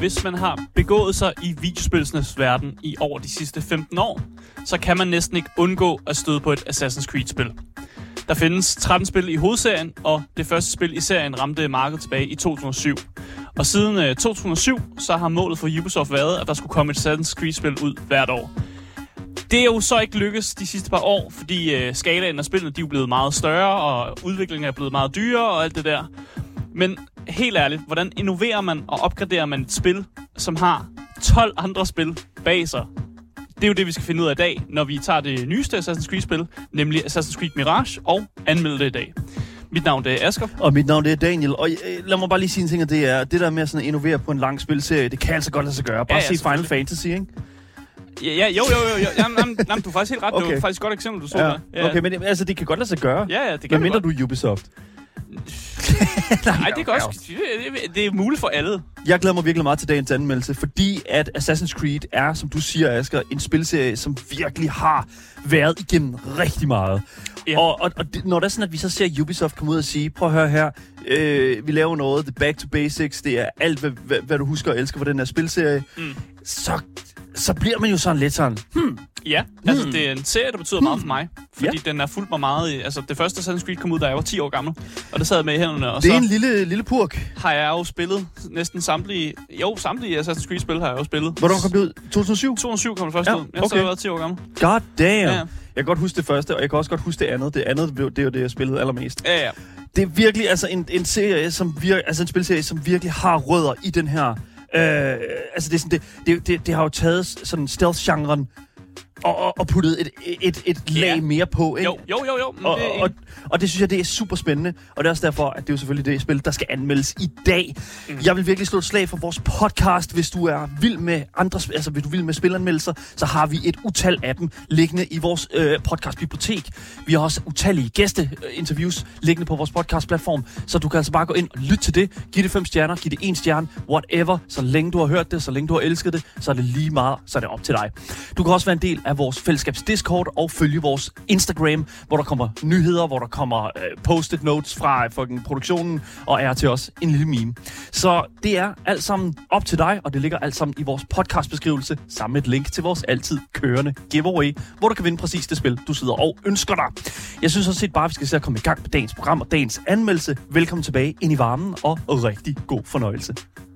hvis man har begået sig i videospillenes verden i over de sidste 15 år, så kan man næsten ikke undgå at støde på et Assassin's Creed-spil. Der findes 13 spil i hovedserien, og det første spil i serien ramte markedet tilbage i 2007. Og siden 2007, så har målet for Ubisoft været, at der skulle komme et Assassin's Creed-spil ud hvert år. Det er jo så ikke lykkes de sidste par år, fordi skalaen af spillene de er blevet meget større, og udviklingen er blevet meget dyrere og alt det der. Men helt ærligt, hvordan innoverer man og opgraderer man et spil, som har 12 andre spil bag sig? Det er jo det, vi skal finde ud af i dag, når vi tager det nyeste Assassin's Creed-spil, nemlig Assassin's Creed Mirage, og anmelder det i dag. Mit navn det er Asger. Og mit navn det er Daniel. Og lad mig bare lige sige en ting, at det er det der med at sådan innovere på en lang spilserie, det kan altså godt lade sig gøre. Bare se Final Fantasy, ikke? Ja, jo. Jamen, du er faktisk helt ret. Okay. Det var faktisk et godt eksempel, du så der. Ja. Okay, men altså, det kan godt lade sig gøre. Ja, det kan. Hvad mindre du Ubisoft? Nej, det kan også. Det er muligt for alle. Jeg glæder mig virkelig meget til dagens anmeldelse, fordi at Assassin's Creed er, som du siger, Asger, en spilserie, som virkelig har været igennem rigtig meget. Ja. Og når det er sådan, at vi så ser Ubisoft komme ud og sige, prøv at høre her, vi laver noget, det back to basics, det er alt, hvad du husker og elsker for den her spilserie, så bliver man jo sådan lidt sådan, Ja, altså det er en serie, der betyder meget for mig, fordi den er fuldt mig meget i, altså det første Assassin's Creed kom ud, da jeg var 10 år gammel, og det sad med i hænderne, og det er så en lille purk. Har jeg jo spillet næsten samtlige Assassin's Creed-spil har jeg jo spillet. Hvornår kom det ud? 2007? 2007 kom det første ud. Jeg har været 10 år gammel. God damn! Ja. Jeg kan godt huske det første, og jeg kan også godt huske det andet. Det andet, det er jo det, jeg spillede allermest. Ja. Det er virkelig altså en serie, som en spilserie, som virkelig har rødder i den her. Altså det er sådan, det har jo taget sådan stealth-genren og puttet et lag mere på, ikke? Jo. Og det synes jeg, det er super spændende. Og det er også derfor, at det er jo selvfølgelig det spil, der skal anmeldes i dag. Jeg vil virkelig slå et slag for vores podcast. Hvis du er vild med andre, altså hvis du er vild med spilanmeldelser, så har vi et utal af dem liggende i vores podcastbibliotek. Vi har også utallige gæsteinterviews liggende på vores podcastplatform, så du kan altså bare gå ind og lytte til det. Giv det 5 stjerner, giv det 1 stjerne, whatever. Så længe du har hørt det, så længe du har elsket det, så er det lige meget, så er det op til dig. Du kan også være en del af vores fællesskabs Discord og følge vores Instagram, hvor der kommer nyheder, hvor der kommer post-it notes fra produktionen, og er til os en lille meme. Så det er alt sammen op til dig, og det ligger alt sammen i vores podcastbeskrivelse, sammen med et link til vores altid kørende giveaway, hvor du kan vinde præcis det spil, du sidder og ønsker dig. Jeg synes også set bare, at vi skal se at komme i gang med dagens program og dagens anmeldelse. Velkommen tilbage ind i varmen, og rigtig god fornøjelse.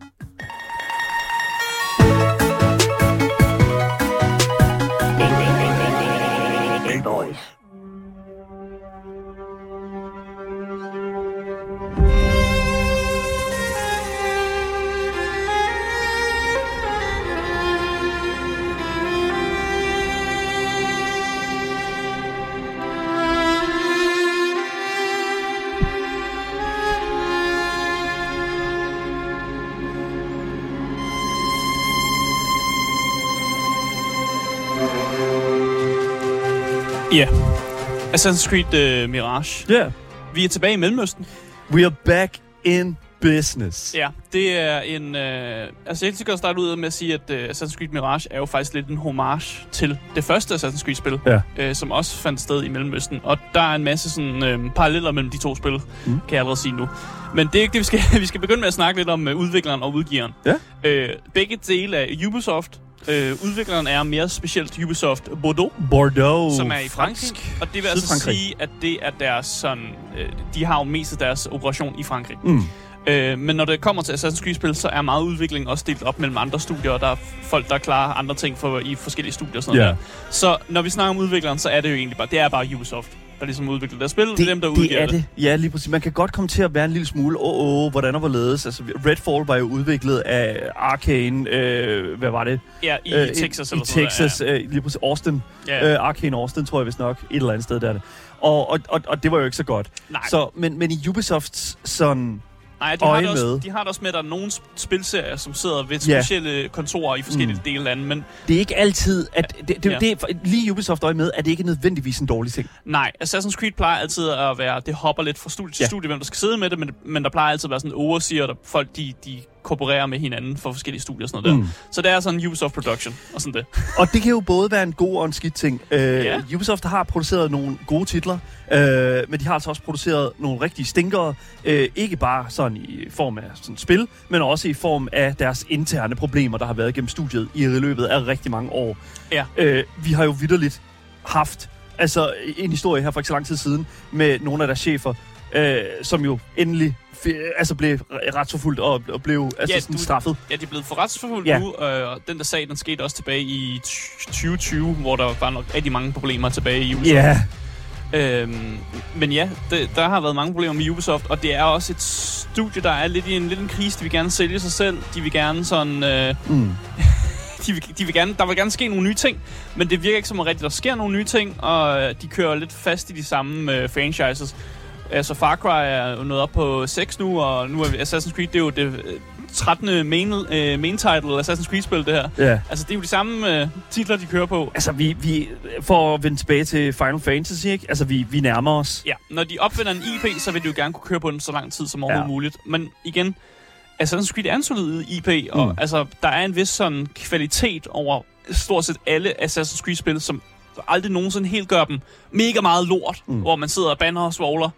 Ja, Assassin's Creed Mirage. Ja. Yeah. Vi er tilbage i Mellemøsten. We are back in business. Ja, det er en... altså, jeg kan starte ud med at sige, at Assassin's Creed Mirage er jo faktisk lidt en homage til det første Assassin's Creed-spil, som også fandt sted i Mellemøsten. Og der er en masse sådan paralleller mellem de to spil, kan jeg allerede sige nu. Men det er ikke det, vi skal... vi skal begynde med at snakke lidt om udvikleren og udgiveren. Ja. Begge dele af Ubisoft. Udvikleren er mere specielt Ubisoft Bordeaux, som er i Frankrig, og det vil altså sige, at det er deres sådan, de har jo mest af deres operation i Frankrig. Men når det kommer til Assassin's Creed-spil, så er meget udviklingen også delt op mellem andre studier, og der er folk, der klarer andre ting i forskellige studier og sådan noget. Så når vi snakker om udvikleren, så er det jo egentlig bare Ubisoft, der ligesom udvikler deres spil, det er dem, der udgiver det. Ja, lige præcis. Man kan godt komme til at være en lille smule, hvordan og hvorledes. Altså, Redfall var jo udviklet af Arkane, hvad var det? Ja, i Texas. I Texas, lige præcis Austin. Arkane Austin, tror jeg vist nok. Et eller andet sted, der er det. Og det var jo ikke så godt. Nej. Så, men i Ubisofts sådan... Nej, de har det også med, at der er nogle spilserier, som sidder ved specielle kontorer i forskellige dele af landet, men... Det er ikke altid, at... Lige Ubisoft øje med, at det ikke nødvendigvis en dårlig ting. Nej, Assassin's Creed plejer altid at være... Det hopper lidt fra studie til studie, hvem der skal sidde med det, men der plejer altid at være sådan en overseer, der folk, de koopererer med hinanden for forskellige studier og sådan noget der. Så det er sådan en Ubisoft production og sådan det. Og det kan jo både være en god og en skidt ting. Ubisoft har produceret nogle gode titler, men de har altså også produceret nogle rigtige stinkere. Ikke bare sådan i form af sådan spil, men også i form af deres interne problemer, der har været gennem studiet i løbet af rigtig mange år. Ja. Vi har jo vitterligt haft en historie her for ikke så lang tid siden med nogle af deres chefer, som jo endelig blev retsforfulgt og blev straffet. Ja, de er blevet for retsforfulgt nu, og den der sag, den skete også tilbage i 2020, hvor der var nok rigtig mange problemer tilbage i Ubisoft. Ja. Men ja, der har været mange problemer med Ubisoft, og det er også et studie, der er lidt i en krise. De vil gerne sælge sig selv, de vil gerne sådan... De vil gerne, der vil gerne ske nogle nye ting, men det virker ikke som om rigtigt, der sker nogle nye ting, og de kører lidt fast i de samme franchises. Altså Far Cry er nået op på 6 nu, og nu er Assassin's Creed, det er jo det 13. main title Assassin's Creed-spil, det her. Ja. Altså, det er jo de samme titler, de kører på. Altså, vi for at vende tilbage til Final Fantasy, ikke? Altså, vi nærmer os. Ja, når de opfinder en IP, så vil de jo gerne kunne køre på den så lang tid som overhovedet muligt. Men igen, Assassin's Creed er en solid IP, og altså, der er en vis sådan kvalitet over stort set alle Assassin's Creed-spil, som aldrig nogensinde helt gør dem mega meget lort, hvor man sidder og banner og svogler.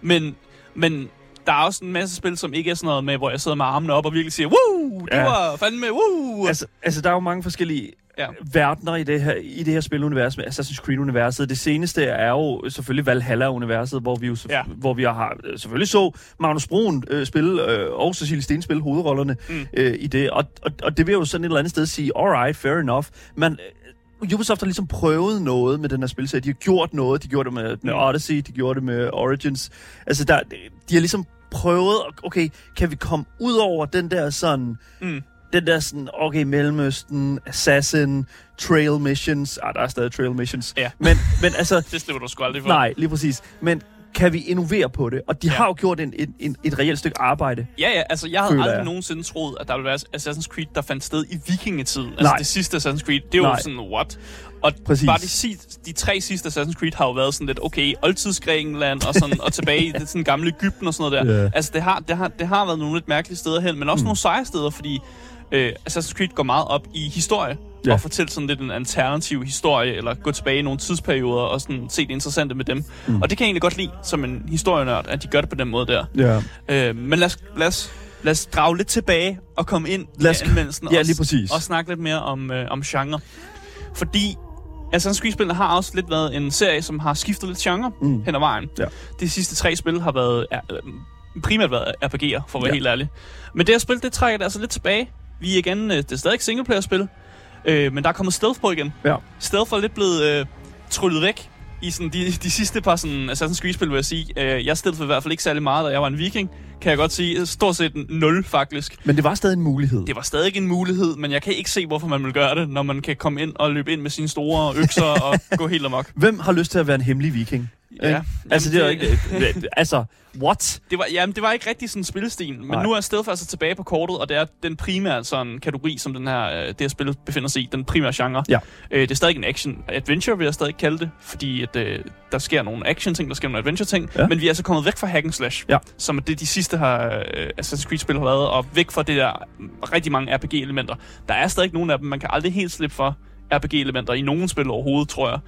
Men der er også en masse spil, som ikke er sådan noget med, hvor jeg sidder med armene op og virkelig siger, woo, det var fandme, woo. Altså, der er jo mange forskellige verdener i det her spilunivers, med Assassin's Creed-universet. Det seneste er jo selvfølgelig Valhalla-universet, hvor vi jo hvor vi har selvfølgelig så Magnus Broen spille, og Cecilie Sten spille hovedrollerne i det. Og det vil jo sådan et eller andet sted sige, alright, fair enough. Men Ubisoft har ligesom prøvet noget med den her spilserie. De har gjort noget. De gjorde det med Odyssey, de gjorde det med Origins. Altså, de har ligesom prøvet, okay, kan vi komme ud over den der sådan... Den der sådan, okay, Mellemøsten, Assassin, Trail Missions. Der er stadig Trail Missions. Ja. Men altså... det slipper du sgu aldrig for. Nej, lige præcis. Men kan vi innovere på det? Og de har jo gjort et reelt stykke arbejde. Ja, altså jeg havde aldrig nogensinde troet, at der ville være Assassin's Creed, der fandt sted i vikingetiden. Altså det sidste Assassin's Creed, det er jo sådan, what? Og bare de 3 sidste Assassin's Creed har jo været sådan lidt, okay, oldtidsgrækenland og sådan, og tilbage i det sådan gamle Egypten og sådan noget der. Altså det har været nogle lidt mærkelige steder hen, men også nogle seje steder, fordi Assassin's Creed går meget op i historie, og fortælle sådan lidt en alternativ historie, eller gå tilbage i nogle tidsperioder, og sådan se det interessante med dem. Og det kan jeg egentlig godt lide, som en historienørd, at de gør det på den måde der. Men lad os drage lidt tilbage, og komme ind i anmeldelsen, og snakke lidt mere om genre. Fordi Assassin's Creed-spillene har også lidt været en serie, som har skiftet lidt genre hen ad vejen. De sidste 3 spil har været primært været RPG'er, for at være helt ærlig. Men det her spil, det trækker det altså lidt tilbage. Vi er igen, det er stadig singleplayer-spil, men der er kommet stealth på igen. Stealth er lidt blevet tryllet væk i sådan de sidste par sådan Assassin's Creed-spil, vil jeg sige. Jeg stealthede i hvert fald ikke særlig meget, da jeg var en viking, kan jeg godt sige. Stort set 0, faktisk. Men det var stadig en mulighed. Det var stadig en mulighed, men jeg kan ikke se, hvorfor man vil gøre det, når man kan komme ind og løbe ind med sine store økser og gå helt amok. Hvem har lyst til at være en hemmelig viking? Ja. Altså, det er ikke... altså, what? Det var ikke rigtig sådan en spillestil, men nu er stealth altså tilbage på kortet, og det er den primære sådan kategori, som det her spil befinder sig i, den primære genre. Det er stadig en action-adventure, vil jeg stadig kalde det, fordi at, der sker nogle action-ting, der sker nogle adventure-ting, men vi er altså kommet væk fra hack and slash, som det de sidste her Assassin's Creed-spil har været, og væk fra det der rigtig mange RPG-elementer. Der er stadig nogle af dem, man kan aldrig helt slippe for RPG-elementer i nogen spil overhovedet, tror jeg.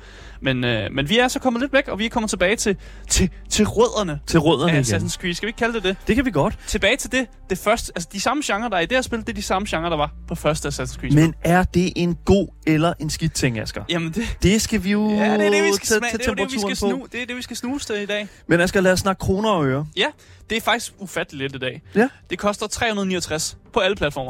Men vi er så kommet lidt væk, og vi er kommet tilbage til rødderne. Til rødderne af Assassin's Creed. Skal vi ikke kalde det? Det kan vi godt. Tilbage til det første, altså de samme genre, der er i det her spil, det er de samme genre, der var på første Assassin's Creed. Men er det en god eller en skidt ting, Asger? Jamen det skal vi jo det er det, vi skal tage temperaturen på. Det er det, vi skal snuse til i dag. Men Asger, lad os snakke kroner og øre. Ja, det er faktisk ufatteligt lidt i dag. Ja. Det koster 369 på alle platformer.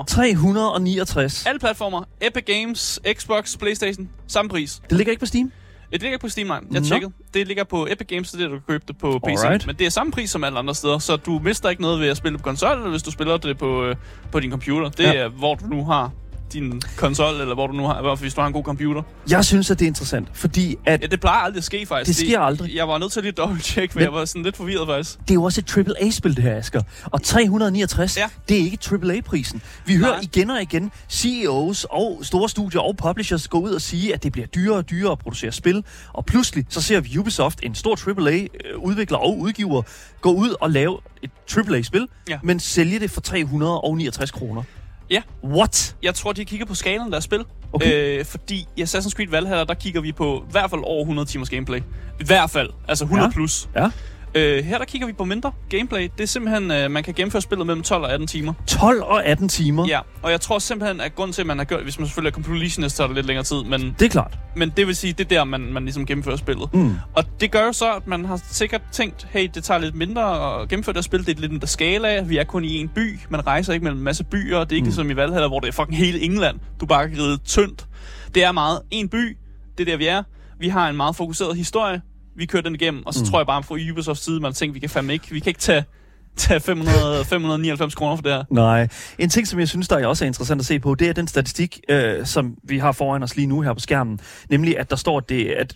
369? Alle platformer. Epic Games, Xbox, PlayStation, samme pris. Det ligger ikke på Steam? Det ligger på Steam, nej. Jeg tjekkede. Det ligger på Epic Games, så det er, du kan købe det på PC. Men det er samme pris som alle andre steder, så du mister ikke noget ved at spille på konsol, eller hvis du spiller det på din computer. Det er, hvor du nu har din konsol, eller hvor du nu har, hvis du har en god computer? Jeg synes, at det er interessant, fordi at... Ja, det plejer aldrig at ske, faktisk. Det sker aldrig. Jeg var nødt til at lige dobbelt-check, for jeg var sådan lidt forvirret, faktisk. Det er jo også et AAA-spil, det her, Asger. Og 369, det er ikke AAA-prisen. Vi hører igen og igen CEOs og store studier og publishers gå ud og sige, at det bliver dyrere og dyrere at producere spil. Og pludselig så ser vi Ubisoft, en stor AAA-udvikler og udgiver, gå ud og lave et AAA-spil, men sælge det for 369 kroner. Ja. What? Jeg tror, de kigger på skalaen af spil. Okay. Fordi i Assassin's Creed Valhalla, der kigger vi på i hvert fald over 100 timers gameplay. I hvert fald. Altså 100 plus. Ja. Her der kigger vi på mindre gameplay. Det er simpelthen, man kan gennemføre spillet mellem 12 og 18 timer. 12 og 18 timer? Ja, og jeg tror simpelthen, at grunden til, at man har gjort, hvis man selvfølgelig er completionist, så er det lidt længere tid. Men det er klart. Men det vil sige, det er der, man ligesom gennemfører spillet. Og det gør jo så, at man har sikkert tænkt, hey, det tager lidt mindre at gennemføre det spil. Det er lidt mindre skala. Vi er kun i en by. Man rejser ikke mellem en masse byer. Det er ikke ligesom i Valhalla, hvor det er fucking hele England. Du bare kan ride tyndt. Det er meget en by. Det er der, vi er. Vi har en meget fokuseret historie. Vi kører den igennem, og så tror jeg bare fra Ubisofts side, man tænker, vi kan ikke tage 599 kroner for det her. Nej. En ting, som jeg synes, der også er interessant at se på, det er den statistik, som vi har foran os lige nu her på skærmen. Nemlig, at der står, at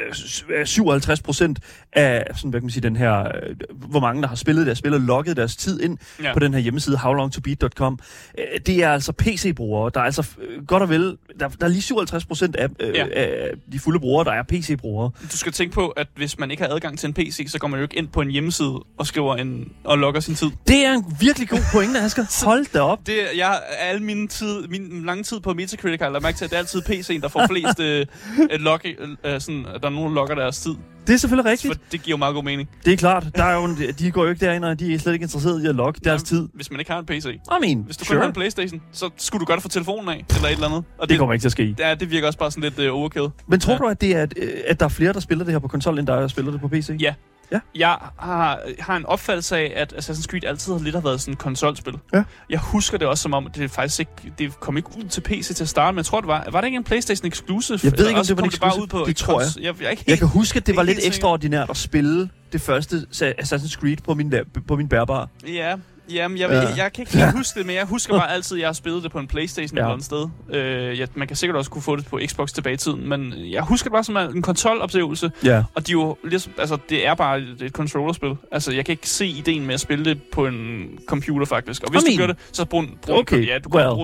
57% af, sådan, hvad kan man sige, den her, hvor mange, der har spillet deres spil og logget deres tid ind på den her hjemmeside, howlongtobeat.com. Det er altså PC-brugere. Der er altså godt og vel, der er lige 57% af de fulde brugere, der er PC-brugere. Du skal tænke på, at hvis man ikke har adgang til en PC, så går man jo ikke ind på en hjemmeside og skriver og logger sin tid. Det er en virkelig god pointe, Asger. Hold da op. Jeg al min lange tid på Metacritic har jeg mærke til, at det er altid PC'en, der får flest sådan, at der er nogen, der logger deres tid. Det er selvfølgelig rigtigt. For det giver jo meget god mening. Det er klart. Der er jo, de går jo ikke derind, og de er slet ikke interesserede i at logge deres tid. Hvis man ikke har en PC. Hvis du kun har en PlayStation, så skulle du gøre det fra telefonen af, eller et eller andet. Og det kommer ikke til at ske. Ja, det virker også bare sådan lidt overkill. Men tror du, at det er, at der er flere, der spiller det her på konsol, end der spiller det på PC? Ja. Jeg har en opfattelse af, at Assassin's Creed altid har været sådan et konsolspil. Ja. Jeg husker det også som om, at det faktisk ikke, det kom ikke ud til PC til at starte, men jeg tror, det var det ikke en PlayStation Exclusive? Jeg ved ikke, om det var en exclusive. Bare ud på det tror jeg. Jeg kan huske, at det var lidt ekstraordinært at spille det første Assassin's Creed på min bærbare. Ja. Jamen, jeg kan ikke helt huske det, men jeg husker bare altid, at jeg har spillet det på en PlayStation eller et sted. Man kan sikkert også kunne få det på Xbox tilbage i tiden, men jeg husker det bare som en konsoloplevelse. Ja. Og de jo, altså, det er bare et controllerspil. Altså, jeg kan ikke se ideen med at spille det på en computer, faktisk. Og hvis du gør det, så brug en... Du kan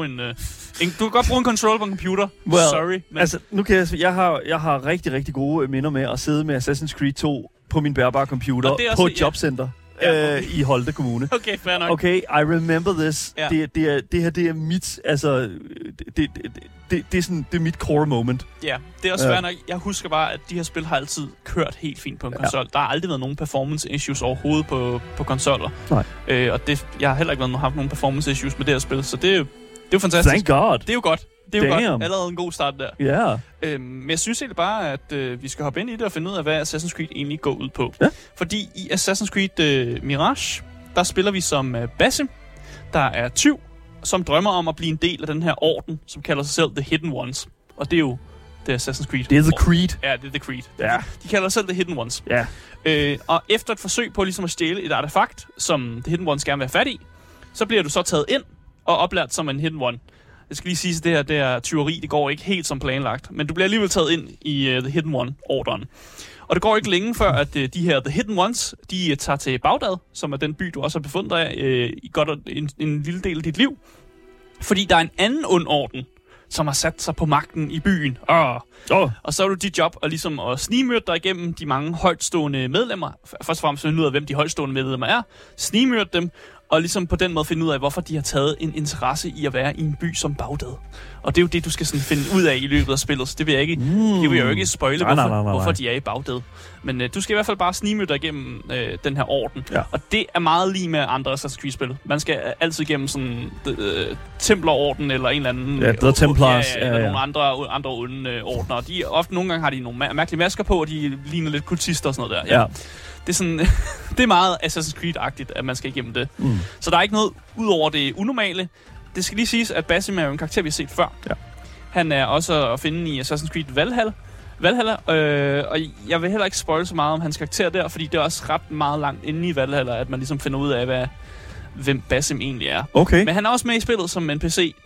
godt bruge en controller på en computer. Sorry. Men... Altså, nu kan jeg har rigtig, rigtig gode minder med at sidde med Assassin's Creed 2 på min bærbare computer på et jobcenter. I Holte Kommune. Okay, fair nok. Okay, I remember this. Ja. Det her er mit, altså, det er sådan, det er mit core moment. Ja, det er også fair nok. Jeg husker bare, at de her spil har altid kørt helt fint på en konsol. Der har aldrig været nogen performance issues overhovedet på konsoller. Nej. Og jeg har heller ikke haft nogen performance issues med det her spil, så det er jo fantastisk. Thank God. Det er jo godt. Det er jo godt. Allerede en god start der. Ja. Men jeg synes egentlig bare, at vi skal hoppe ind i det og finde ud af, hvad Assassin's Creed egentlig går ud på. Ja. Fordi i Assassin's Creed Mirage, der spiller vi som Basim, der er tyv, som drømmer om at blive en del af den her orden, som kalder sig selv The Hidden Ones. Og det er jo det Assassin's Creed. Det er The Creed. Ja, det er The Creed. Ja. De kalder sig selv The Hidden Ones. Ja. Og efter et forsøg på ligesom at stjæle et artefakt, som The Hidden Ones gerne vil have fat i, så bliver du så taget ind og oplært som en Hidden One. Jeg skal lige sige, at det her tyveri, det går ikke helt som planlagt. Men du bliver alligevel taget ind i The Hidden One-ordren. Og det går ikke længe før, at de her The Hidden Ones, de tager til Bagdad, som er den by, du også har befundet dig i godt en lille del af dit liv. Fordi der er en anden ond orden, som har sat sig på magten i byen. Og så er du dit job ligesom at snigmyrde dig igennem de mange højtstående medlemmer. Først og fremmest finde ud af, hvem de højtstående medlemmer er. Snigmyrde dem. Og ligesom på den måde finde ud af, hvorfor de har taget en interesse i at være i en by som Bagdad. Og det er jo det, du skal sådan finde ud af i løbet af spillet. Så det vil jeg ikke, det vil jeg jo ikke spoile, hvorfor de er i Bagdad. Men du skal i hvert fald bare snigmyrde dig igennem den her orden. Ja. Og det er meget lige med andre Assassin's Creed-spil. Man skal altid igennem sådan Templerorden eller en eller anden... Ja, The Templars. Eller nogle andre onde ordner. De nogle gange har de nogle mærkelige masker på, og de ligner lidt kultister og sådan noget der. Ja. Det er sådan, det er meget Assassin's Creed-agtigt, at man skal igennem det. Så der er ikke noget ud over det unormale. Det skal lige siges, at Basim er jo en karakter, vi har set før. Ja. Han er også at finde i Assassin's Creed Valhalla, og jeg vil heller ikke spoile så meget om hans karakter der, fordi det er også ret meget langt inde i Valhalla, at man ligesom finder ud af, hvem Basim egentlig er. Okay. Men han er også med i spillet som NPC der.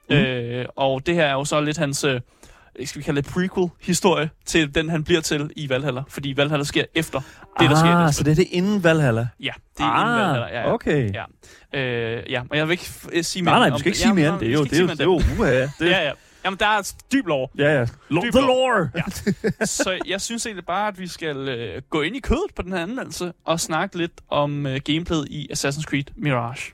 Og det her er jo så lidt hans, skal vi kalde det prequel-historie til den, han bliver til i Valhalla. Fordi Valhalla sker efter det, der sker. Så det er det inden Valhalla? Ja, det er inden Valhalla. Ja, okay. Ja, og jeg vil ikke sige mere. Nej, du skal ikke sige mere end det. Det er jo Ja. Jamen, der er et dyb lore. Ja. The lore! Ja. Så jeg synes egentlig bare, at vi skal gå ind i kødet på den her anmeldelse og snakke lidt om gameplayet i Assassin's Creed Mirage.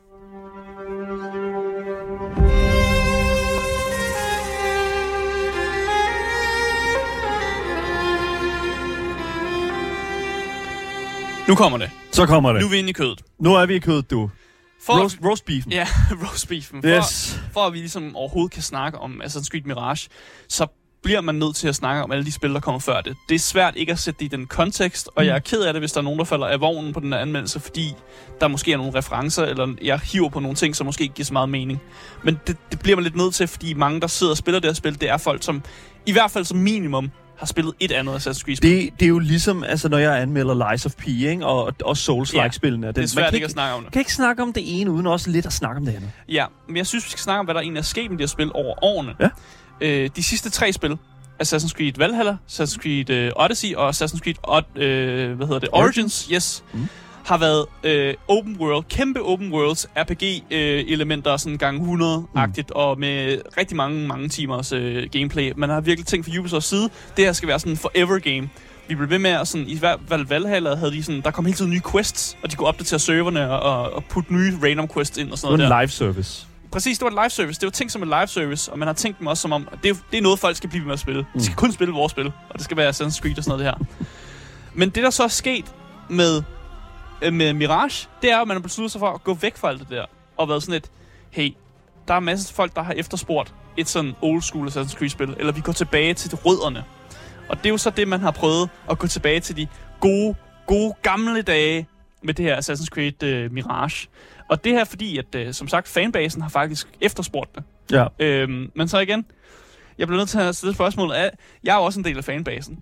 Nu kommer det. Så kommer det. Nu er vi inde i kødet. Nu er vi i kødet, du. Roast beefen. Ja, roast beefen. For at vi ligesom overhovedet kan snakke om Assassin's Creed Mirage, så bliver man nødt til at snakke om alle de spil, der kommer før det. Det er svært ikke at sætte det i den kontekst, og jeg er ked af det, hvis der er nogen, der falder af vognen på den her anmeldelse, fordi der måske er nogle referencer, eller jeg hiver på nogle ting, som måske ikke giver så meget mening. Men det bliver man lidt nødt til, fordi mange, der sidder og spiller det her spil, det er folk, som i hvert fald som minimum har spillet et andet Assassin's Creed-spil. Det er jo ligesom, altså når jeg anmelder Lies of P, ikke? Og Souls-like-spillene. Det er svært ikke at snakke om det. Kan ikke snakke om det ene, uden også lidt at snakke om det andet. Ja, men jeg synes, vi skal snakke om, hvad der egentlig er sket med de her spil over årene. Ja. De sidste 3 spil, Assassin's Creed Valhalla, Assassin's Creed Odyssey og Assassin's Creed Origins, har været open world, kæmpe open worlds, RPG-elementer, sådan gang 100-agtigt, og med rigtig mange timers gameplay. Man har virkelig tænkt fra Ubisofts side, det her skal være sådan en forever game. Vi blev ved med at sådan, i Valhalla havde de sådan, der kom hele tiden nye quests, og de kunne opdatere serverne og putte nye random quests ind og sådan noget der. Det var en live service. Præcis, det var et live service. Det var tænkt som et live service, og man har tænkt dem også som om, det er noget, folk skal blive med at spille. De skal kun spille vores spil, og det skal være Assassin's Creed og sådan noget det her. Men det, der så er sket med Mirage, det er, at man har besluttet sig for at gå væk fra alt det der, og været sådan et, hey, der er masser af folk, der har efterspurgt et sådan old school Assassin's Creed-spil, eller vi går tilbage til rødderne. Og det er jo så det, man har prøvet at gå tilbage til de gode gamle dage med det her Assassin's Creed Mirage. Og det her fordi, at som sagt, fanbasen har faktisk efterspurgt det. Ja. Men så igen, jeg bliver nødt til at stille spørgsmålet af, jeg er jo også en del af fanbasen.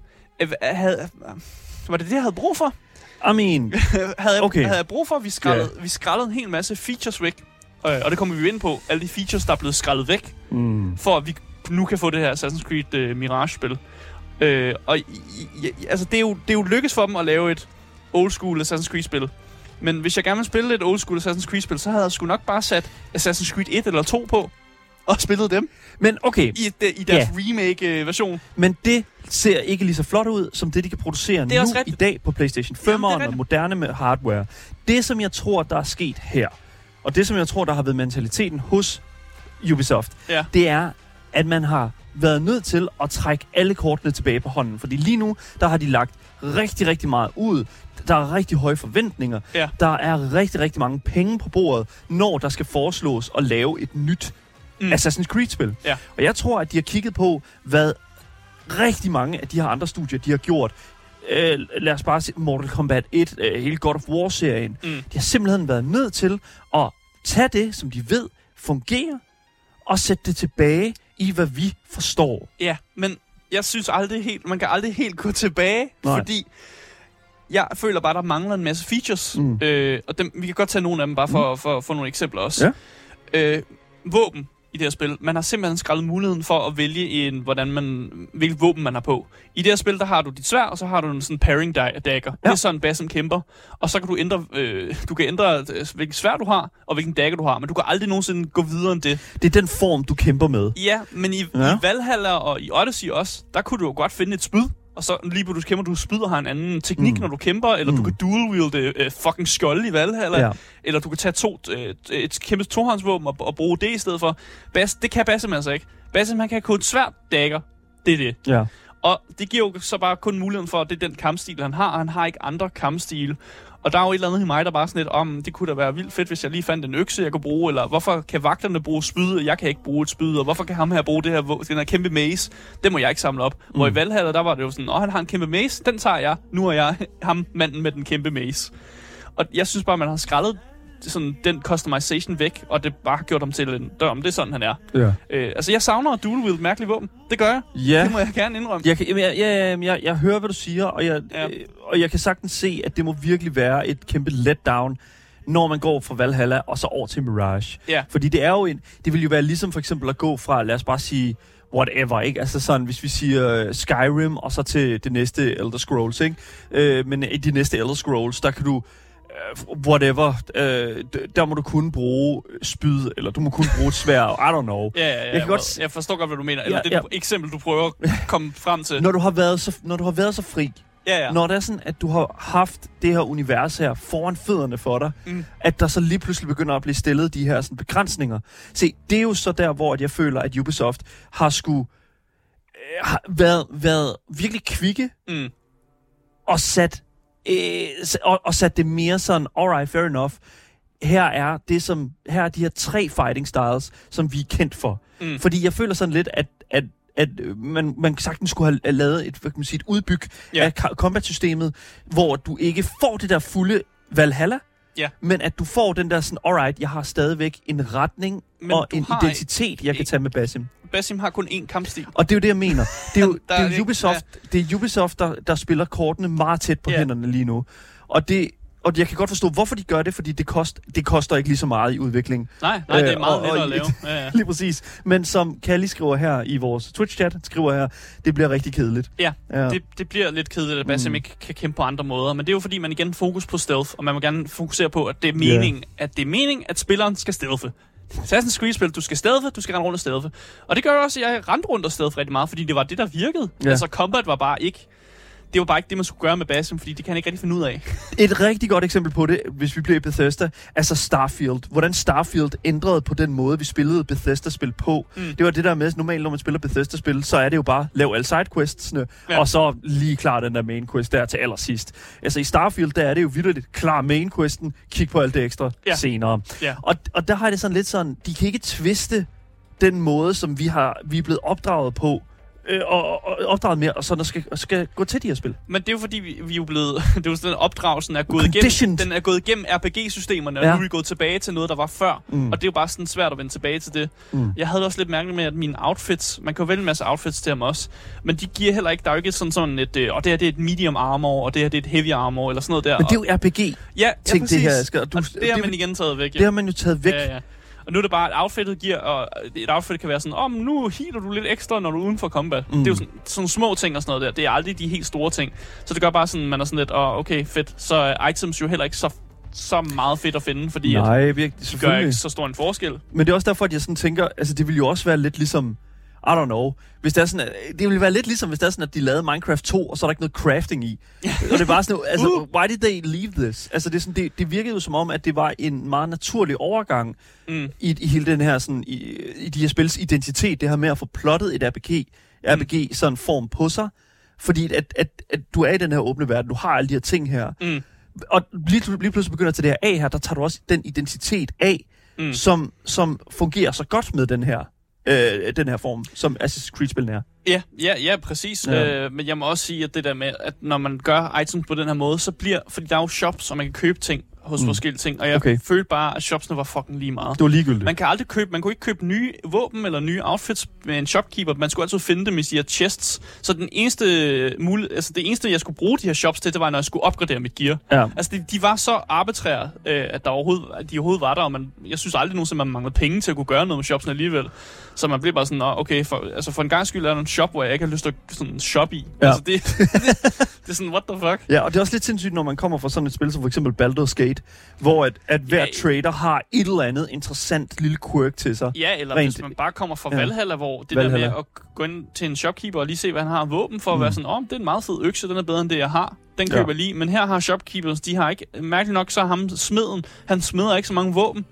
Var det jeg havde brug for? I mean, havde jeg brug for, at vi skrællede en hel masse features væk? Og det kommer vi jo ind på, alle de features, der er blevet skrællet væk, for at vi nu kan få det her Assassin's Creed Mirage-spil. Altså, det er jo lykkes for dem at lave et old school Assassin's Creed-spil. Men hvis jeg gerne vil spille et old school Assassin's Creed-spil, så havde jeg sgu nok bare sat Assassin's Creed 1 eller 2 på, og spillet dem. Men okay. I deres remake-version. Men det ser ikke lige så flot ud, som det, de kan producere nu i dag på PlayStation 5'eren og moderne med hardware. Det, som jeg tror, der er sket her, og det, som jeg tror, der har været mentaliteten hos Ubisoft, det er, at man har været nødt til at trække alle kortene tilbage på hånden. Fordi lige nu, der har de lagt rigtig, rigtig meget ud. Der er rigtig høje forventninger. Ja. Der er rigtig, rigtig mange penge på bordet, når der skal foreslås at lave et nyt Assassin's Creed-spil. Ja. Og jeg tror, at de har kigget på, hvad rigtig mange af de her andre studier, de har gjort. Lad os bare se Mortal Kombat 1, hele God of War-serien. De har simpelthen været nødt til at tage det, som de ved fungerer, og sætte det tilbage i, hvad vi forstår. Ja, men jeg synes man kan aldrig helt gå tilbage, fordi jeg føler bare, der mangler en masse features. Og vi kan godt tage nogle af dem, bare for at få nogle eksempler også. Ja. Våben i det her spil. Man har simpelthen skrællet muligheden for at vælge hvilket våben man har på. I det her spil, der har du dit sværd, og så har du en sådan pairing dagger. Ja. Det er sådan en Basim kæmper. Og så kan du ændre, hvilken sværd du har, og hvilken dagger du har. Men du kan aldrig nogensinde gå videre end det. Det er den form, du kæmper med. Ja, men i Valhalla og i Odyssey også, der kunne du jo godt finde et spyd. Og så lige på du kæmper, du spyder har en anden teknik, når du kæmper, eller du kan dual-wielde fucking skjold i Valhalla, eller du kan tage et kæmpe tohåndsvåben og bruge det i stedet for. Det kan Basim altså ikke. Basim, han kan kun svært dagger. Det er det. Ja. Og det giver jo så bare kun muligheden for, at det er den kampstil, han har, og han har ikke andre kampstile. Og der er jo et eller andet i mig, der bare sådan lidt det kunne da være vildt fedt, hvis jeg lige fandt en økse, jeg kunne bruge, eller hvorfor kan vagterne bruge spyd, og jeg kan ikke bruge et spyd, og hvorfor kan ham her bruge den her kæmpe mace, det må jeg ikke samle op. Hvor i Valhalla, der var det jo sådan, han har en kæmpe mace, den tager jeg, nu er jeg ham manden med den kæmpe mace. Og jeg synes bare, man har skrællet sådan den customization væk, og det bare har gjort ham til en dør, det er sådan, han er. Ja. Altså, jeg savner at dual-wield mærkelige våben. Det gør jeg. Ja. Det må jeg gerne indrømme. Jeg hører, hvad du siger, og jeg kan sagtens se, at det må virkelig være et kæmpe letdown, når man går fra Valhalla og så over til Mirage. Ja. Fordi det er jo det vil jo være ligesom for eksempel at gå fra, lad os bare sige, whatever, ikke? Altså sådan, hvis vi siger Skyrim, og så til det næste Elder Scrolls, ikke? Men i de næste Elder Scrolls, der kan du whatever, der må du kun bruge spyd, eller du må kun bruge et sværd, I don't know. Jeg forstår godt, hvad du mener. Eller det eksempel, du prøver at komme frem til. Når du har været så fri, når det er sådan, at du har haft det her univers her foran fødderne for dig, at der så lige pludselig begynder at blive stillet de her sådan, begrænsninger. Se, det er jo så der, hvor jeg føler, at Ubisoft har været virkelig kvikke og sat det mere sådan, alright, fair enough. Her er de her 3 fighting styles, som vi er kendt for. Fordi jeg føler sådan lidt, at man sagtens skulle have lavet et udbyg af combat-systemet, hvor du ikke får det der fulde Valhalla, men at du får den der sådan, alright, jeg har stadigvæk en retning og en identitet, jeg kan tage med Basim. Basim har kun én kampstil. Og det er jo det, jeg mener. Det er jo Ubisoft, det er Ubisoft der spiller kortene meget tæt på hænderne lige nu. Og jeg kan godt forstå, hvorfor de gør det, fordi det koster ikke lige så meget i udvikling. Nej, det er meget lettere at lave. Ja. Lige præcis. Men som Kalli skriver her i vores Twitch-chat, det bliver rigtig kedeligt. Ja. Det bliver lidt kedeligt, at Basim ikke kan kæmpe på andre måder. Men det er jo fordi, man igen fokus på stealth, og man må gerne fokusere på, at det er meningen, at spilleren skal stealthe. Assassin's Creed-spil, du skal stealthe, du skal rende rundt og stealthe. Og det gør jo også, at jeg rendte rundt og stealthe rigtig meget, fordi det var det, der virkede. Ja. Altså, combat var bare ikke... Det var bare ikke det, man skulle gøre med Basim, fordi det kan han ikke rigtig finde ud af. Et rigtig godt eksempel på det, hvis vi bliver i Bethesda, altså Starfield. Hvordan Starfield ændrede på den måde, vi spillede Bethesda-spil på. Det var det der med, normalt når man spiller Bethesda-spil, så er det jo bare, lav alle sidequestsene, og så lige klar den der main quest der til allersidst. Altså i Starfield, der er det jo vitterligt klar main questen, kig på alt det ekstra senere. Ja. Og der har det sådan lidt sådan, de kan ikke twiste den måde, som vi er blevet opdraget på, og opdraget mere, og så skal gå til de her spil. Men det er jo fordi, vi er jo blevet... det er jo sådan, opdragelsen er gået igennem... Den er gået igennem RPG-systemerne, og nu er vi gået tilbage til noget, der var før. Og det er jo bare sådan svært at vende tilbage til det. Jeg havde også lidt mærkeligt med, at mine outfits... Man kan jo vælge en masse outfits til dem også, men de giver heller ikke... Der er jo ikke sådan et... og det her, det er et medium armor, og det her, det er et heavy armor, eller sådan noget der. Men det er jo RPG. Ja, præcis. Det her, det har man igen taget væk. Ja. Det har man jo taget væk. Ja. Og nu er det bare, at outfittet giver, og et outfit kan være sådan, nu healer du lidt ekstra, når du er uden for combat. Det er jo sådan små ting og sådan noget der. Det er aldrig de helt store ting. Så det gør bare sådan, man er sådan lidt, okay, fedt. Så er items jo heller ikke så meget fedt at finde, fordi det gør ikke så stor en forskel. Men det er også derfor, at jeg sådan tænker, altså det vil jo også være lidt ligesom, I don't know. Hvis det er sådan, det ville være lidt ligesom, hvis det er sådan, at de lavede Minecraft 2, og så er der ikke noget crafting i. Og det er bare sådan, altså, why did they leave this? Altså, det, er sådan, det virkede jo som om, at det var en meget naturlig overgang i hele den her, sådan, i de her spils identitet, det her med at få plottet et RPG sådan form på sig. Fordi at du er i den her åbne verden, du har alle de her ting her. Og lige pludselig begynder til det her af her, der tager du også den identitet af, som fungerer så godt med den her form, som Assassin's Creed-spillene er. Ja, præcis. Men jeg må også sige, at det der med, at når man gør items på den her måde, så bliver... Fordi der er jo shops, og man kan købe ting hos forskellige ting, og jeg følte bare, at shopsene var fucking lige meget. Det var ligegyldigt. Man kunne ikke købe nye våben eller nye outfits med en shopkeeper. Man skulle altid finde dem i de her chests. Så det eneste, jeg skulle bruge de her shops til, det var, når jeg skulle opgradere mit gear. Ja. Altså, de var så arbitrære, at de overhovedet var der, og jeg synes aldrig nogensinde, man manglede penge til at kunne gøre noget med shopsene alligevel. Så man blev bare sådan, okay, for en gang skyld er der en shop, hvor jeg ikke har lyst til at sådan shop i. Ja. Altså, det er sådan, what the fuck? Ja, og det er også lidt sindssygt, når man kommer fra sådan et spil som for eksempel Baldur's Gate, hvor at hver trader har et eller andet interessant lille quirk til sig. Ja, eller hvis man bare kommer fra Valhalla, hvor det der med at gå ind til en shopkeeper og lige se, hvad han har af våben, for at være sådan, det er en meget fed økse, den er bedre end det, jeg har. Den køber jeg lige. Men her har shopkeepers, de har ikke, mærkeligt nok, så ham smeden, han smeder ikke så mange våben.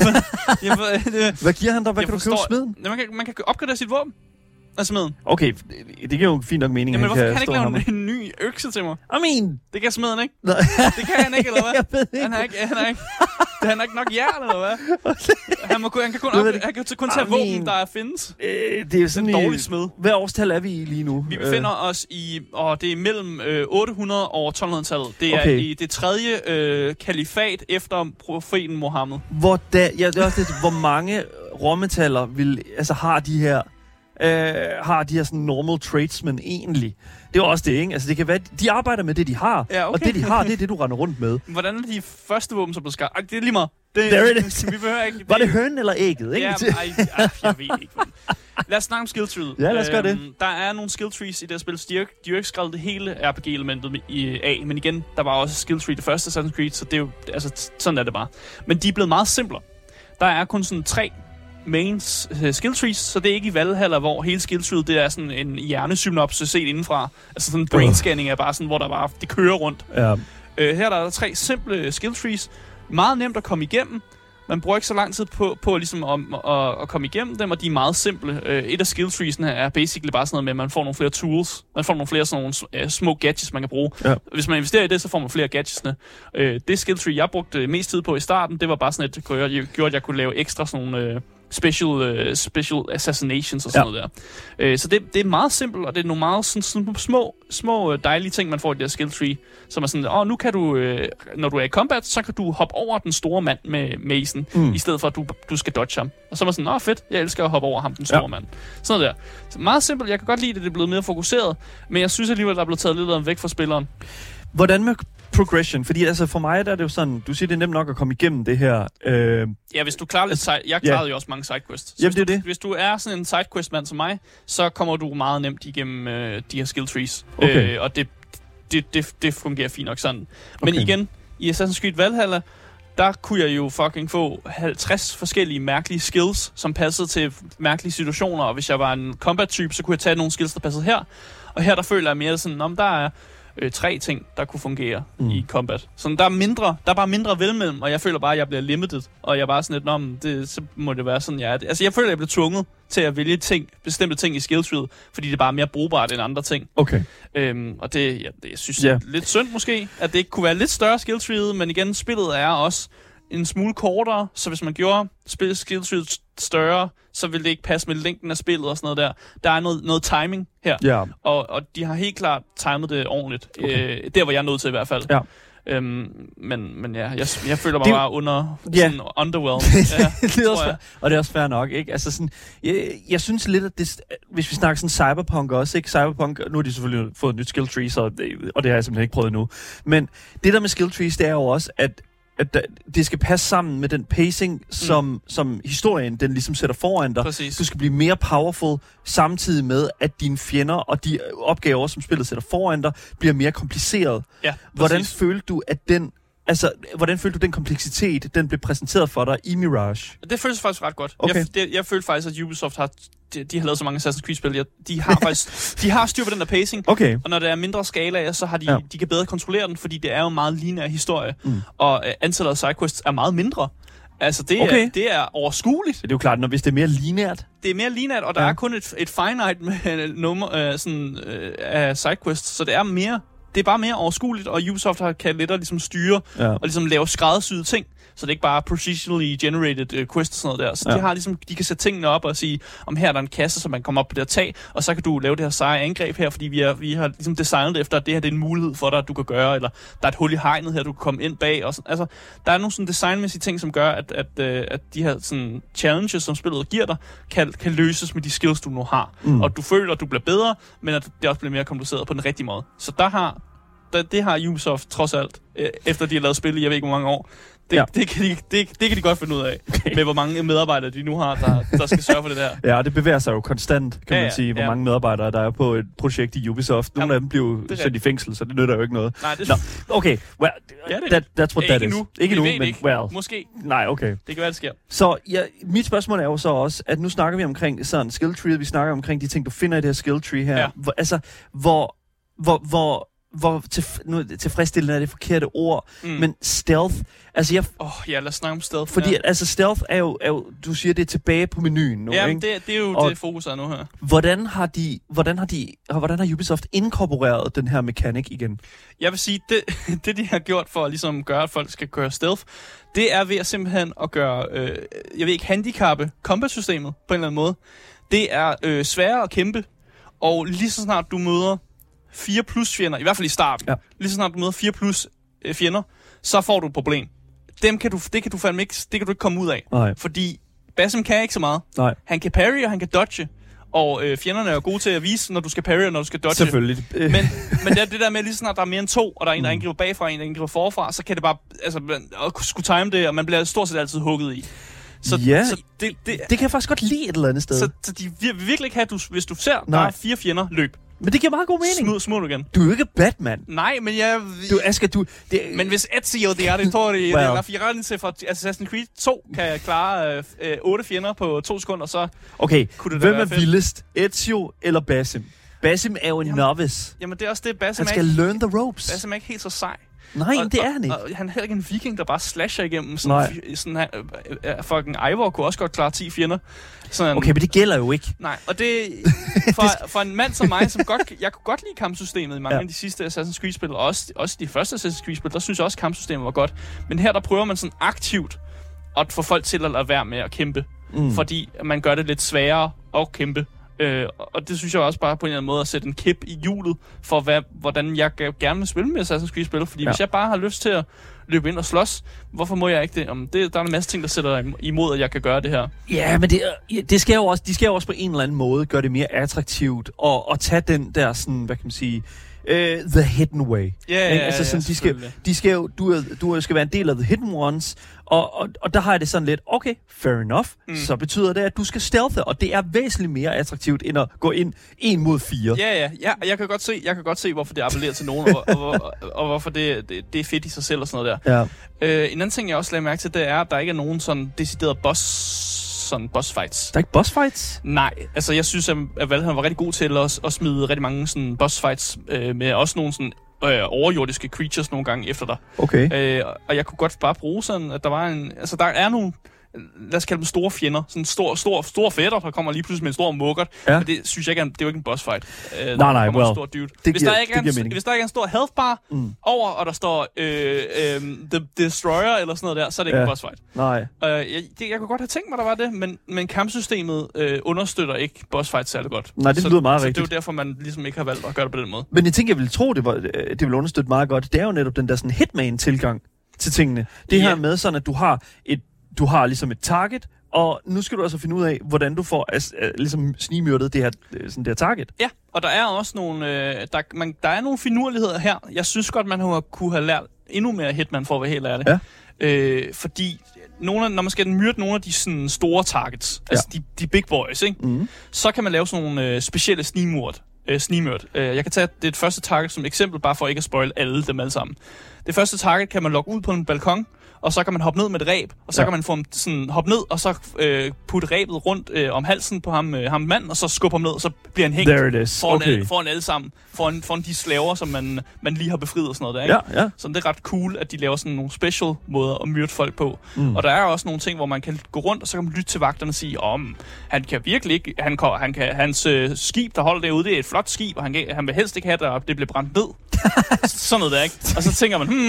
Hvad giver han dig? Hvad kan du købe smeden? Man kan opgradere sit våben af smeden. Okay, det giver jo fint nok mening. Jamen, hvorfor kan han ikke lave en ny økse til mig? Det kan smeden ikke. Nej. Det kan han ikke, eller hvad? Jeg ved ikke. Han er ikke nok jern, eller hvad? Han kan kun tage våben, der findes. Det er sådan en dårlig smed. Hvad årstal er vi i lige nu? Vi befinder os i, det er mellem 800 og 1200-tallet. Det er i det tredje kalifat efter profeten Mohammed. Det er også lidt, hvor mange råmetaller har de her har de her sådan normal tradesmen egentlig? Det er jo også det, ikke? Altså, det kan være, de arbejder med det, de har, og det, de har, det er det, du render rundt med. Hvordan er de første våben, som blev skabt? Det er lige meget. Vi behøver ikke... Var det hønen eller ægget, ikke? Ja, jeg ved ikke. Lad os snakke om skill tree'et. Ja, lad os gøre det. Der er nogle skill trees i det her spil. De har jo ikke skrevet det hele RPG-elementet af, men igen, der var også skill tree det første Assassin's Creed, så det er jo, altså, sådan er det bare. Men de er blevet meget simplere. Der er kun sådan 3 main skill trees, så det er ikke i Valhalla, hvor hele skill treet, det er sådan en hjernesynopse set indenfra. Altså sådan en brain scanning er bare sådan, hvor der bare, det kører rundt. Ja. Her der er der 3 simple skill trees. Meget nemt at komme igennem. Man bruger ikke så lang tid på ligesom at komme igennem dem, og de er meget simple. Et af skill treesene er basically bare sådan noget med, at man får nogle flere tools. Man får nogle flere sådan nogle små gadgets, man kan bruge. Ja. Hvis man investerer i det, så får man flere gadgetsene. Det skill tree, jeg brugte mest tid på i starten, det var bare sådan et, gjorde, at jeg kunne lave ekstra sådan nogle special assassinations og sådan noget der. Så det er meget simpelt, og det er nogle meget sådan små dejlige ting, man får i det her skill tree, som er sådan, nu kan du, når du er i combat, så kan du hoppe over den store mand med macen, i stedet for, at du skal dodge ham. Og så var sådan, fedt, jeg elsker at hoppe over ham, den store mand. Sådan der. Så meget simpelt, jeg kan godt lide, at det er blevet mere fokuseret, men jeg synes alligevel, at der er blevet taget lidt væk fra spilleren. Hvordan med progression? Fordi altså for mig der er det jo sådan, du siger, det er nemt nok at komme igennem det her. Ja, hvis du klarer lidt jeg klarede jo også mange sidequests. Hvis du er sådan en sidequest-mand som mig, så kommer du meget nemt igennem de her skill trees. Okay. Og det fungerer fint nok sådan. Men igen, i Assassin's Creed Valhalla, der kunne jeg jo fucking få 50 forskellige mærkelige skills, som passede til mærkelige situationer. Og hvis jeg var en combat-type, så kunne jeg tage nogle skills, der passede her. Og her der føler jeg mere sådan, der er 3 ting, der kunne fungere i combat. Så der er bare mindre velmellem, og jeg føler bare, at jeg bliver limited. Og jeg er bare sådan lidt, så må det være sådan, jeg er. Altså, jeg føler, at jeg bliver tvunget til at vælge bestemte ting i skill treeet, fordi det er bare mere brugbart end andre ting. Okay. Og jeg synes, det er lidt synd måske, at det ikke kunne være lidt større skill treeet, men igen, spillet er også en smule kortere, så hvis man gjorde skill treeet større, så ville det ikke passe med længden af spillet og sådan noget der. Der er noget timing her, og de har helt klart timet det ordentligt. Okay. Der var jeg nødt til i hvert fald. Ja. Men ja, jeg føler mig bare sådan underwhelmed. Og det er også fair nok, ikke? Altså sådan, jeg synes lidt, at det, hvis vi snakker sådan Cyberpunk også, ikke? Cyberpunk, nu har de selvfølgelig fået et nyt skill tree, og det har jeg simpelthen ikke prøvet endnu. Men det der med skill trees, det er jo også, at det skal passe sammen med den pacing, som historien den ligesom sætter foran dig. Præcis. Du skal blive mere powerful, samtidig med, at dine fjender og de opgaver, som spillet sætter foran dig, bliver mere kompliceret. Ja, hvordan følte du, at hvordan følte du den kompleksitet, den blev præsenteret for dig i Mirage? Det føles faktisk ret godt. Okay. Jeg følte faktisk, at Ubisoft de har lavet så mange Assassin's Creed-spil. De har faktisk de har styr på den der pacing. Okay. Og når der er mindre skala, så har de kan bedre kontrollere den, fordi det er jo meget lineær historie. Og antallet af sidequests er meget mindre. Altså, det er overskueligt. Det er jo klart, hvis det er mere lineært. Det er mere lineært, og der er kun et finite med nummer af sidequests, så det er bare mere overskueligt, og Ubisoft kan lettere ligesom styre og ligesom lave skræddersyede ting, så det er ikke bare procedurally generated quest og sådan noget der. Så de har ligesom, de kan sætte tingene op og sige, om her er der en kasse, så man kommer op på det her tag, og så kan du lave det her seje angreb her, fordi vi har ligesom designet efter, at det her det er en mulighed for dig, at du kan gøre, eller der er et hul i hegnet her, du kan komme ind bag. Og sådan. Altså, der er nogle sådan designmæssige ting, som gør, at de her sådan challenges, som spillet giver dig, kan løses med de skills, du nu har. Og du føler, at du bliver bedre, men at det også bliver mere kompliceret på den rigtige måde. Så det har Ubisoft trods alt, efter de har lavet spil i jeg ved ikke hvor mange år. Det kan de godt finde ud af, med hvor mange medarbejdere de nu har, der skal sørge for det der. Ja, det bevæger sig jo konstant, kan man sige, hvor mange medarbejdere der er på et projekt i Ubisoft. Nogle af dem bliver jo sendt i fængsel, så det nytter jo ikke noget. Nej, det okay, well, that's what that is. Ikke nu, men well. Måske. Nej, okay. Det kan være, det sker. Så mit spørgsmål er jo så også, at nu snakker vi omkring sådan skill tree, vi snakker omkring de ting, du finder i det her skill tree her. Ja. Hvor tilfredsstillende er det forkerte ord, men stealth, altså lad os snakke om stealth. Fordi altså stealth er jo, du siger, det er tilbage på menuen nu, ikke? Det er jo det fokus er nu her. Hvordan har Ubisoft inkorporeret den her mekanik igen? Jeg vil sige, det de har gjort for at ligesom gøre, at folk skal køre stealth, det er ved at simpelthen at gøre, jeg ved ikke, handicappe combat-systemet på en eller anden måde. Det er sværere at kæmpe, og lige så snart du møder 4 plus fjender, i hvert fald i starten. Ja. Lige så snart du møder 4 plus fjender, så får du et problem. Det kan du fandme ikke, det kan du ikke komme ud af. Nej. Fordi Basim kan ikke så meget. Nej. Han kan parry, og han kan dodge. Og fjenderne er jo gode til at vise, når du skal parry og når du skal dodge. Selvfølgelig. Men det der med, lige snart der er mere end 2, og der er en, der angriber bagfra, en, der angriber forfra, så kan det bare, altså, skulle time det, og man bliver stort set altid hugget i. Så det kan jeg faktisk godt lide et eller andet sted. Så de vil virkelig ikke have, hvis du ser, der er 4 fjender, løb. Men det giver meget god mening. Smut igen. Du er jo ikke Batman. Nej, men Men hvis Ezio de Auditori eller Firenze fra Assassin's Creed 2 kan klare 8 fjender på 2 sekunder, så kunne det hvem er vildest? Ezio eller Basim? Basim er jo en novice. Jamen, det er også det, Basim han skal learn the ropes. Basim er ikke helt så sej. Nej, det er han ikke. Og han er heller ikke en viking, der bare slasher igennem. Sådan fucking Eivor kunne også godt klare 10 fjender. Sådan, okay, men det gælder jo ikke. Nej, og det for en mand som mig, jeg kunne godt lide kampsystemet i mange af de sidste Assassin's Creed-spil, og også de første Assassin's Creed-spil, der synes jeg også, kampsystemet var godt. Men her, der prøver man sådan aktivt at få folk til at lade være med at kæmpe. Fordi man gør det lidt sværere at kæmpe. Og det synes jeg også bare på en eller anden måde at sætte en kæp i hjulet for, hvordan jeg gerne vil spille med Assassin's Creed-spil. Fordi hvis jeg bare har lyst til at løbe ind og slås, hvorfor må jeg ikke det? Der er en masse ting, der sætter imod, at jeg kan gøre det her. Ja, men de skal jo også på en eller anden måde gøre det mere attraktivt og tage den der sådan, hvad kan man sige, the hidden way. Altså sådan, de skal jo, du skal være en del af the hidden ones, og der har jeg det sådan lidt, okay, fair enough, så betyder det, at du skal stealthe, og det er væsentligt mere attraktivt, end at gå ind 1 mod 4. Ja, jeg kan godt se, hvorfor det appellerer til nogen, og hvorfor det er fedt i sig selv og sådan noget der. Ja. En anden ting, jeg også lagde mærke til, det er, at der ikke er nogen sådan decideret boss fights. Der er ikke boss fights? Nej, altså jeg synes, at Valheim var rigtig god til at smide rigtig mange sådan boss fights med også nogle sådan overjordiske creatures nogle gange efter dig. Okay. Og jeg kunne godt bare bruge sådan, at der var der er nogle, lad os kalde dem store fjender, sådan store fætter, der kommer lige pludselig med en stor muggert. Ja. Men det synes jeg ikke, det er jo ikke en boss fight. Nej, well, stor dude. Hvis der ikke er en stor health bar over, og der står The Destroyer eller sådan noget der, så er det ikke en boss fight. Nej. Jeg kunne godt have tænkt mig, der var det, men kampsystemet understøtter ikke boss fight særlig godt. Nej, det lyder meget rigtigt. Så det er jo derfor, man ligesom ikke har valgt at gøre det på den måde. Men jeg tænker, jeg ville tro, det vil understøtte meget godt. Det er jo netop den der sådan Hitman-tilgang til tingene. Det her med sådan, at du har ligesom et target, og nu skal du altså finde ud af, hvordan du får ligesom snigmyrdet det her target. Ja, og der er også nogle der er nogle finurligheder her. Jeg synes godt, man kunne have lært endnu mere Hitman, for at være helt ærlig. Ja. Fordi når man skal myrde nogle af de sådan store targets, altså de big boys, ikke? Så kan man lave sådan nogle specielle snigmyrd. Jeg kan tage det første target som eksempel, bare for ikke at spoil alle dem alle sammen. Det første target kan man logge ud på en balkon, og så kan man hoppe ned med et ræb, og så kan man få ham sådan hoppe ned, og så putte ræbet rundt om halsen på ham manden, og så skubbe ham ned, og så bliver han hængt foran alle sammen, foran de slaver, som man lige har befriet og sådan noget der, ikke? Ja. Så det er ret cool, at de laver sådan nogle special måder at myrde folk på. Og der er også nogle ting, hvor man kan gå rundt, og så kan man lytte til vagterne og sige, han kan virkelig ikke, hans skib, der holder derude, det er et flot skib, og han vil helst ikke have, at det bliver brændt ned. Sådan noget der, ikke? Og så tænker man,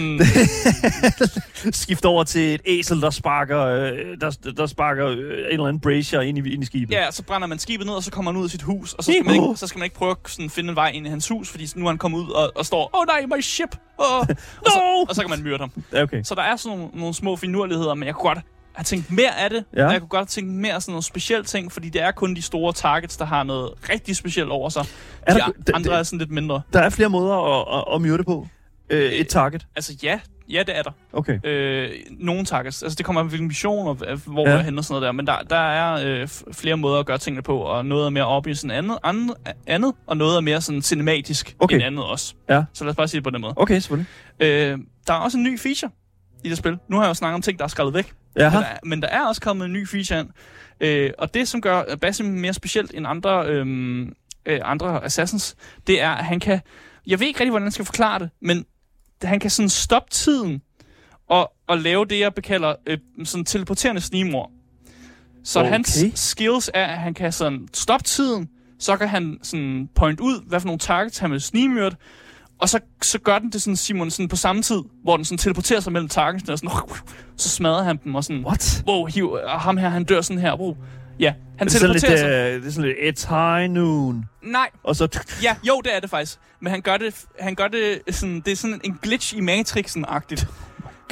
skift over til et æsel, der sparker en eller anden brazier ind i skibet. Ja, så brænder man skibet ned, og så kommer man ud af sit hus, og så skal man ikke prøve at finde en vej ind i hans hus, fordi nu er han kommet ud og står, nej, my ship! Og så kan man myrde ham. Okay. Så der er sådan nogle små finurligheder, men jeg kunne godt have tænkt mere af det. Ja. Jeg kunne godt have tænkt mere sådan nogle specielle ting, fordi det er kun de store targets, der har noget rigtig specielt over sig. Andre er sådan lidt mindre. Der er flere måder at myrde på et target? Altså ja, det er der. Okay. Nogle targets. Altså det kommer af hvilken mission, og hvor man hænder sådan noget der. Men der er flere måder at gøre tingene på, og noget er mere obvious end andet, og noget er mere sådan cinematisk end andet også. Ja. Så lad os bare sige det på den måde. Okay, selvfølgelig. Der er også en ny feature i det spil. Nu har jeg jo snakket om ting, der er skrællet væk. Men der er også kommet en ny feature ind. Og det, som gør Basim mere specielt end andre Assassins, det er, at han kan... Jeg ved ikke rigtig, hvordan jeg skal forklare det, men han kan sådan stoppe tiden og lave det, jeg bekalder sådan teleporterende snigmord. Så hans skills er, at han kan sådan stoppe tiden, så kan han sådan point ud, hvad for nogle targets han vil snigmyrde, og så gør den det sådan, Simon, sådan på samme tid, hvor den sådan teleporterer sig mellem targets, og sådan, så smadrer han dem, og sådan, ham her, han dør sådan her, Ja, han teleporterer sig. Det er sådan lidt, it's high noon. Nej. Og så... Ja, jo, det er det faktisk. Men han gør det sådan, det er sådan en glitch i Matrixen-agtigt.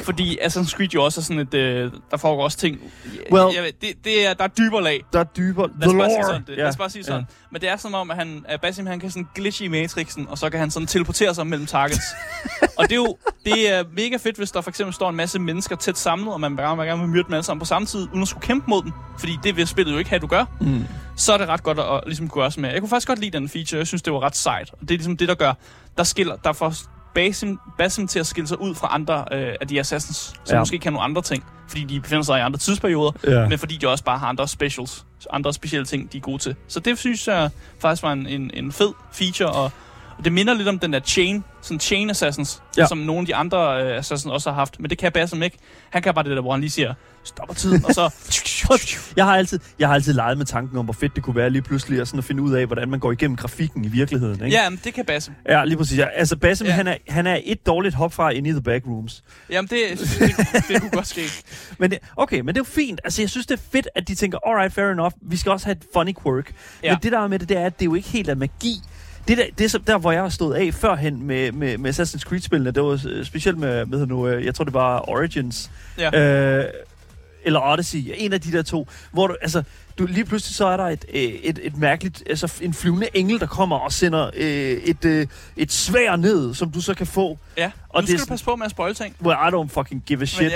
Fordi Assassin's Creed jo også er sådan et... der foregår også ting... Well, der er dybere lag. Der er dybere... Lad os bare sige sådan. Men det er som om, at Basim han kan sådan glitch i Matrixen, og så kan han sådan teleportere sig mellem targets. Og det er mega fedt, hvis der for eksempel står en masse mennesker tæt samlet, og man gerne vil myrde dem alle sammen på samme tid, uden at skulle kæmpe mod dem. Fordi det vil spillet jo ikke have, du gør. Så er det ret godt at ligesom gøre sådan med. Jeg kunne faktisk godt lide den feature. Jeg synes, det var ret sejt. Og det er ligesom det, der gør... Der får Basim til at skille sig ud fra andre af de Assassins, som måske kan nogle andre ting, fordi de befinder sig i andre tidsperioder, men fordi de også bare har andre specielle ting, de er gode til. Så det synes jeg faktisk var en fed feature, og det minder lidt om den der Chain Assassins, som nogle af de andre Assassins også har haft, men det kan Basim ikke. Han kan bare det der, hvor han lige siger, stopper tiden, og så... Jeg har altid leget med tanken om, hvor fedt det kunne være lige pludselig at finde ud af, hvordan man går igennem grafikken i virkeligheden. Ikke? Ja, men det kan Basim. Ja, lige præcis. Ja. Altså Basim, han er et dårligt hop fra inde i the backrooms. Jamen, det kunne godt ske. Men det er jo fint. Altså, jeg synes, det er fedt, at de tænker, alright, fair enough, vi skal også have et funny quirk. Ja. Men det der med det er, at det er jo ikke helt af magi. Det er der, hvor jeg har stået af førhen med Assassin's Creed-spillene, det var specielt med jeg tror det var Origins, eller Odyssey, en af de der to, hvor du lige pludselig så er der et mærkeligt, altså en flyvende engel, der kommer og sender et sværd ned, som du så kan få. Ja, og nu skal du passe på med at spoil ting. Well, I don't fucking give a shit.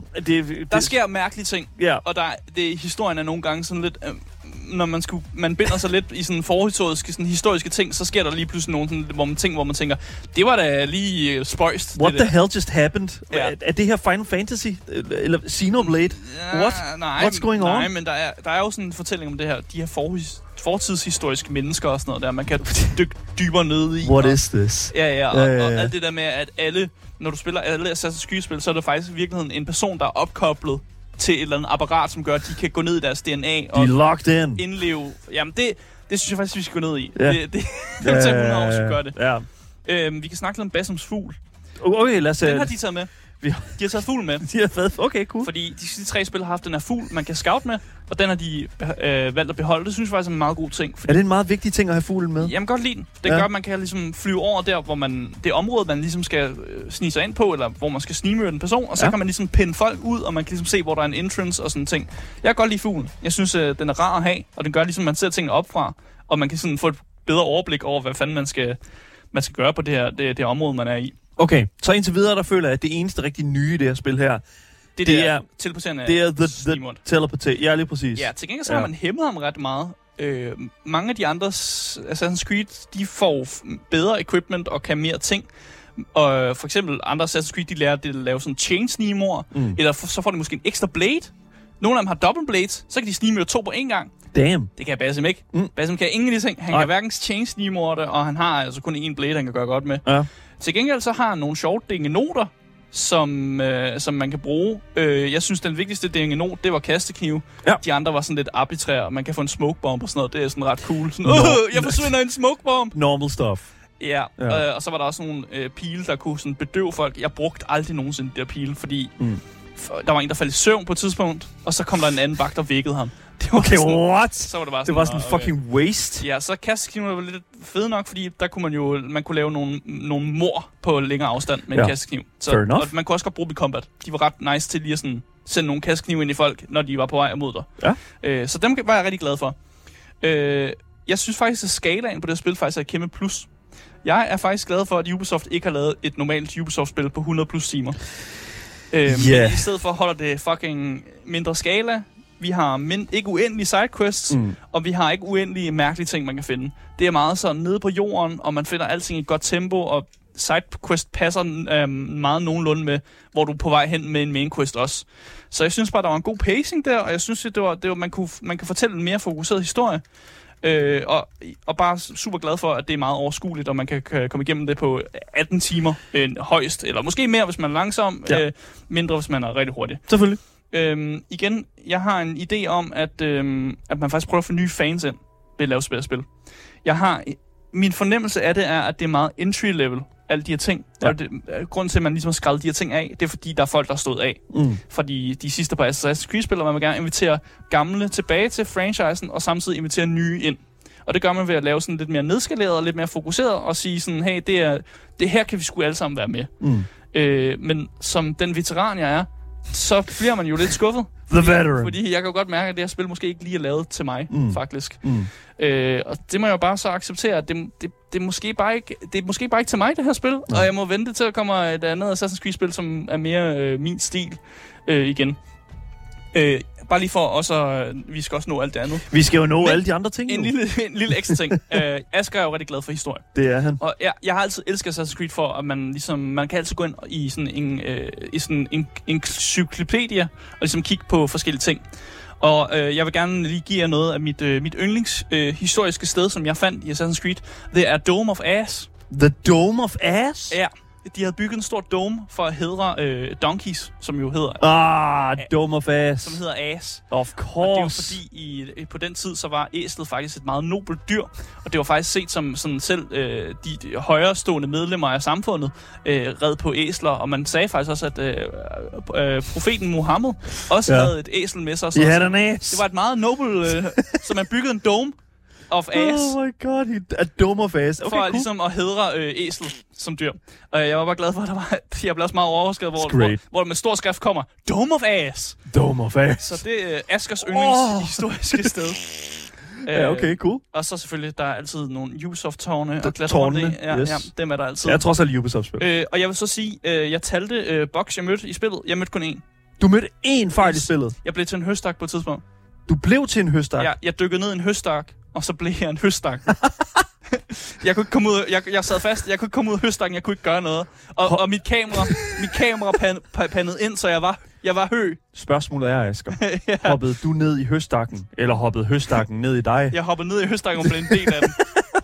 Der sker mærkelige ting, og historien er nogle gange sådan lidt... når man binder sig lidt i sådan historiske ting, så sker der lige pludselig nogle sådan, hvor man tænker, det var da lige spøjst. What the hell just happened? Ja. Er det her Final Fantasy? Eller Xenoblade? What? What's going on? Nej, men der er jo sådan en fortælling om det her, de her fortidshistoriske mennesker og sådan noget der, man kan dykke dybere ned i. What is this? Ja. Og alt det der med, at når du spiller alle Assassin's Creed-spil, så er det faktisk i virkeligheden en person, der er opkoblet til et eller andet apparat, som gør, at de kan gå ned i deres DNA og indleve. Jamen, det synes jeg faktisk, vi skal gå ned i. Yeah. Det vil tage 100 år, hvis vi gør det. Yeah. Vi kan snakke lidt om Basims fugl. Okay, lad os... Den har de taget med. De har taget fuglen med. De har taget... Okay, cool. Fordi de sidste 3 spil har haft den her fugl, man kan scout med, og den har de valgt at beholde. Det synes jeg faktisk er en meget god ting. Er det en meget vigtig ting at have fuglen med? Jamen, godt lide den. Det gør, at man kan ligesom flyve over der, hvor det område, man ligesom skal snige sig ind på, eller hvor man skal snigmøre en person, og så kan man ligesom pinde folk ud, og man kan ligesom se, hvor der er en entrance og sådan ting. Jeg kan godt lide fuglen. Jeg synes, den er rar at have, og den gør ligesom, man ser tingene op fra, og man kan sådan få et bedre overblik over, hvad fanden man skal gøre på det her område, man er i. Okay, så indtil videre, der føler jeg, at det eneste rigtig nye i det her spil her, det er teleporterende. Det er the teleportation. Ja, lige præcis. Ja, til gengæld så har man hæmmet ham ret meget. Mange af de andre Assassin's Creed, de får bedre equipment og kan mere ting. Og for eksempel andre Assassin's Creed, de lærer at lave sådan chain snigmord, eller så får de måske en ekstra blade. Nogle af dem har double blades, så kan de snigmøre 2 på én gang. Damn. Det kan Basim ikke. Basim kan ingen af de ting. Han kan hverken chain snigmorde, og han har altså kun én blade, han kan gøre godt med. Ja. Til gengæld så har han nogle sjove dingenoter, som man kan bruge. Jeg synes, den vigtigste dingenot, det var kasteknive. Ja. De andre var sådan lidt arbitrære. Man kan få en smokebomb og sådan noget. Det er sådan ret cool. Sådan, jeg forsvinder en smokebomb. Normal stuff. Ja. Og så var der også nogle pile, der kunne sådan bedøve folk. Jeg brugte aldrig nogensinde de der pile, fordi der var en, der faldt i søvn på et tidspunkt, og så kom der en anden vagt, der vækkede ham. Det var okay, sådan, what? Så var det bare sådan, det var sådan fucking waste. Ja, så kastekniven var lidt fed nok, fordi der kunne man kunne lave nogle mord på længere afstand med en kastekniv. Så, og man kunne også godt bruge dem i combat. De var ret nice til lige at sådan sende nogle kasteknive ind i folk, når de var på vej mod dig. Ja. Så dem var jeg rigtig glad for. Jeg synes faktisk, at skalaen på det spil faktisk er et kæmpe plus. Jeg er faktisk glad for, at Ubisoft ikke har lavet et normalt Ubisoft-spil på 100 plus timer. Men i stedet for holder det fucking mindre skala. Vi har ikke uendelige sidequests, og vi har ikke uendelige mærkelige ting, man kan finde. Det er meget sådan nede på jorden, og man finder alting i et godt tempo, og sidequest passer meget nogenlunde med, hvor du er på vej hen med en main quest også. Så jeg synes bare, der var en god pacing der, og jeg synes, det var man kan fortælle en mere fokuseret historie. Og bare super glad for, at det er meget overskueligt, og man kan komme igennem det på 18 timer højst, eller måske mere, hvis man er langsom, mindre, hvis man er rigtig hurtig. Selvfølgelig. Igen, jeg har en idé om, at man faktisk prøver at få nye fans ind ved at lave spil. Min fornemmelse af det er, at det er meget entry-level, alle de her ting. Ja. Grunden til, at man ligesom har skrællet de her ting af, det er fordi, der er folk, der er stået af. Fordi de sidste par Assassin's Creed-spillere, man vil gerne invitere gamle tilbage til franchisen, og samtidig invitere nye ind. Og det gør man ved at lave sådan lidt mere nedskaleret og lidt mere fokuseret, og sige sådan, hey, det her kan vi sgu alle sammen være med. Men som den veteran, jeg er, så bliver man jo lidt skuffet. The veteran. Fordi jeg kan jo godt mærke, at det her spil måske ikke lige er lavet til mig, faktisk. Og det må jeg jo bare så acceptere, at det er måske bare ikke til mig, det her spil. Nej. Og jeg må vente til, at der kommer et andet Assassin's Creed-spil, som er mere min stil igen. Bare lige for også, vi skal også nå alt det andet. Vi skal jo nå alle de andre ting. En lille ekstra ting. Asger er jo rigtig glad for historie. Det er han. Og jeg har altid elsket Assassin's Creed for, at man kan altid gå ind i sådan en encyclopedia og ligesom kigge på forskellige ting. Og jeg vil gerne lige give jer noget af mit yndlings historiske sted, som jeg fandt i Assassin's Creed. Det er Dome of Ass. The Dome of Ass? Ja. De havde bygget en stor dome for at hædre donkeys, som jo hedder... Dome of Ass. Som hedder Ass. Of course. Og det var fordi, på den tid, så var æslet faktisk et meget nobelt dyr. Og det var faktisk set som sådan selv de højrestående medlemmer af samfundet red på æsler. Og man sagde faktisk også, at profeten Muhammed også havde et æsel med sig. Det var et meget nobelt... så man byggede en dome of Ass. Oh my god, a Dome of Ass. Okay, for ligesom at hædre æsel som dyr. Og jeg var bare glad for, at jeg blev også meget overrasket, hvor med stor skrift kommer Dome of Ass. Dome of Ass. Så det er Askers yndlingshistoriske sted. Ja, okay, cool. Og så selvfølgelig, der er altid nogle Ubisoft-tårne. Yes. Ja, dem er der altid. Jeg tror også, at Ubisoft-spil. Og jeg vil så sige, jeg talte boks, jeg mødte i spillet. Jeg mødte kun én. Du mødte én fejl i spillet? Jeg blev til en høstak på et tidspunkt. Du blev til en høstak? Ja, jeg dykkede ned i en høstak, og så blev jeg en høstak. Jeg kunne ikke komme ud. Jeg sad fast. Jeg kunne ikke komme ud af høstakken. Jeg kunne ikke gøre noget. Og mit kamera pandede ind, så jeg var hø. Spørgsmålet er, Asger. Ja. Hoppede du ned i høstakken, eller hoppede høstakken ned i dig? Jeg hoppede ned i høstakken og blev en del af den.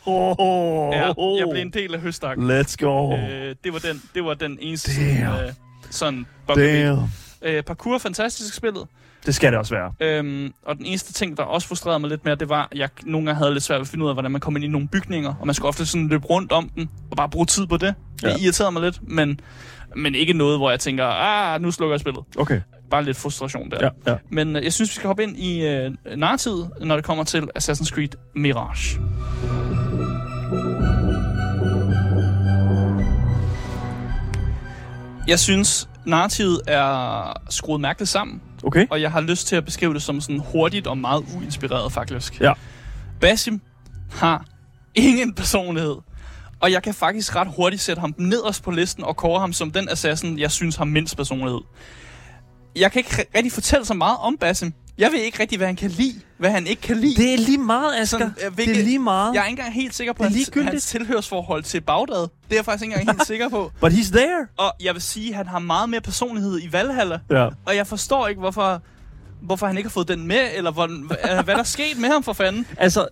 Jeg blev en del af høstakken. Let's go. Det var den eneste sådan parkour fantastisk spillet. Det skal det også være. Og den eneste ting, der også frustrerede mig lidt mere, det var, at jeg nogle gange havde lidt svært ved at finde ud af, hvordan man kom ind i nogle bygninger, og man skulle ofte sådan løbe rundt om den, og bare bruge tid på det. Det irriterede mig lidt, men ikke noget, hvor jeg tænker, nu slukker jeg spillet. Okay. Bare lidt frustration der. Ja. Men jeg synes, vi skal hoppe ind i narrativet, når det kommer til Assassin's Creed Mirage. Jeg synes, narrativet er skruet mærkeligt sammen. Okay. Og jeg har lyst til at beskrive det som sådan hurtigt og meget uinspireret, faktisk. Ja. Basim har ingen personlighed. Og jeg kan faktisk ret hurtigt sætte ham nederst på listen og kåre ham som den assassin, jeg synes har mindst personlighed. Jeg kan ikke rigtig fortælle så meget om Basim. Jeg ved ikke rigtig, hvad han kan lide, hvad han ikke kan lide. Det er lige meget, Asger. Det er lige meget. Jeg er ikke engang helt sikker på hans tilhørsforhold til Bagdad. Det er jeg faktisk ikke engang helt sikker på. But he's there. Og jeg vil sige, at han har meget mere personlighed i Valhalla. Ja. Og jeg forstår ikke, hvorfor han ikke har fået den med, eller hvad der er sket med ham for fanden. Altså,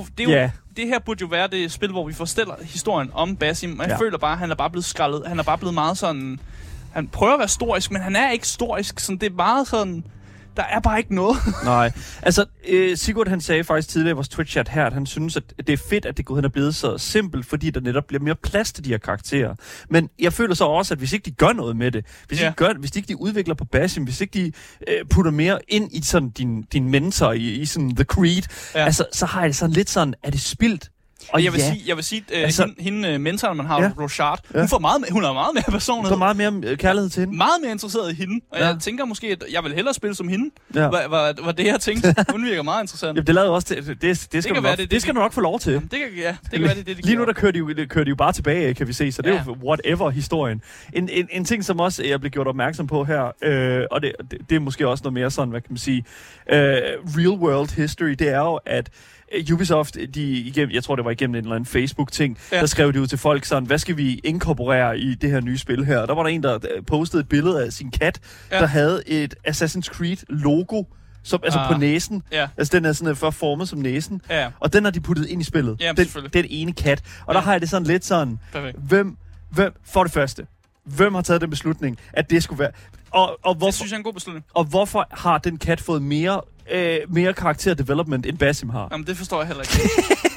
det her burde jo være det spil, hvor vi fortæller historien om Basim. Og jeg føler bare, at han er bare blevet skrællet. Han er bare blevet meget sådan... Han prøver at være storisk, men han er ikke storisk. Sådan, det er meget sådan... Der er bare ikke noget. Nej. Altså, Sigurd han sagde faktisk tidligere i vores Twitch-chat her, at han synes, at det er fedt, at det går hen og blevet så simpelt, fordi der netop bliver mere plads til de her karakterer. Men jeg føler så også, at hvis ikke de gør noget med det, hvis ikke de udvikler på Basim, hvis ikke de putter mere ind i sådan din mentor, i sådan The Creed, altså, så har jeg det sådan lidt sådan, er det spildt? Og jeg vil sige, altså, hende mentoren, man har, Rochard, hun har meget mere personlighed. Du har meget mere kærlighed til hende. Meget mere interesseret i hende. Og jeg tænker måske, at jeg vil hellere spille som hende. Var det, jeg tænkte. Hun virker meget interessant. Jamen, det lader også til. Det skal du nok få lov til. Jamen, det kan være det. Lige nu, der kører de jo bare tilbage, kan vi se. Så det er jo whatever-historien. En ting, som også jeg blev gjort opmærksom på her, og det er måske også noget mere sådan, hvad kan man sige, real-world history, det er jo, at Ubisoft, jeg tror det var igennem en eller anden Facebook-ting, der skrev de ud til folk sådan, hvad skal vi inkorporere i det her nye spil her? Og der var der en, der postede et billede af sin kat, der havde et Assassin's Creed-logo, altså på næsen. Altså den er sådan for formet som næsen. Og den har de puttet ind i spillet. Den ene kat. Og der har jeg det sådan lidt sådan, hvem for det første, hvem har taget den beslutning, at det skulle være... Og det synes jeg er en god beslutning. Og hvorfor har den kat fået mere karakter-development, end Basim har? Jamen, det forstår jeg heller ikke.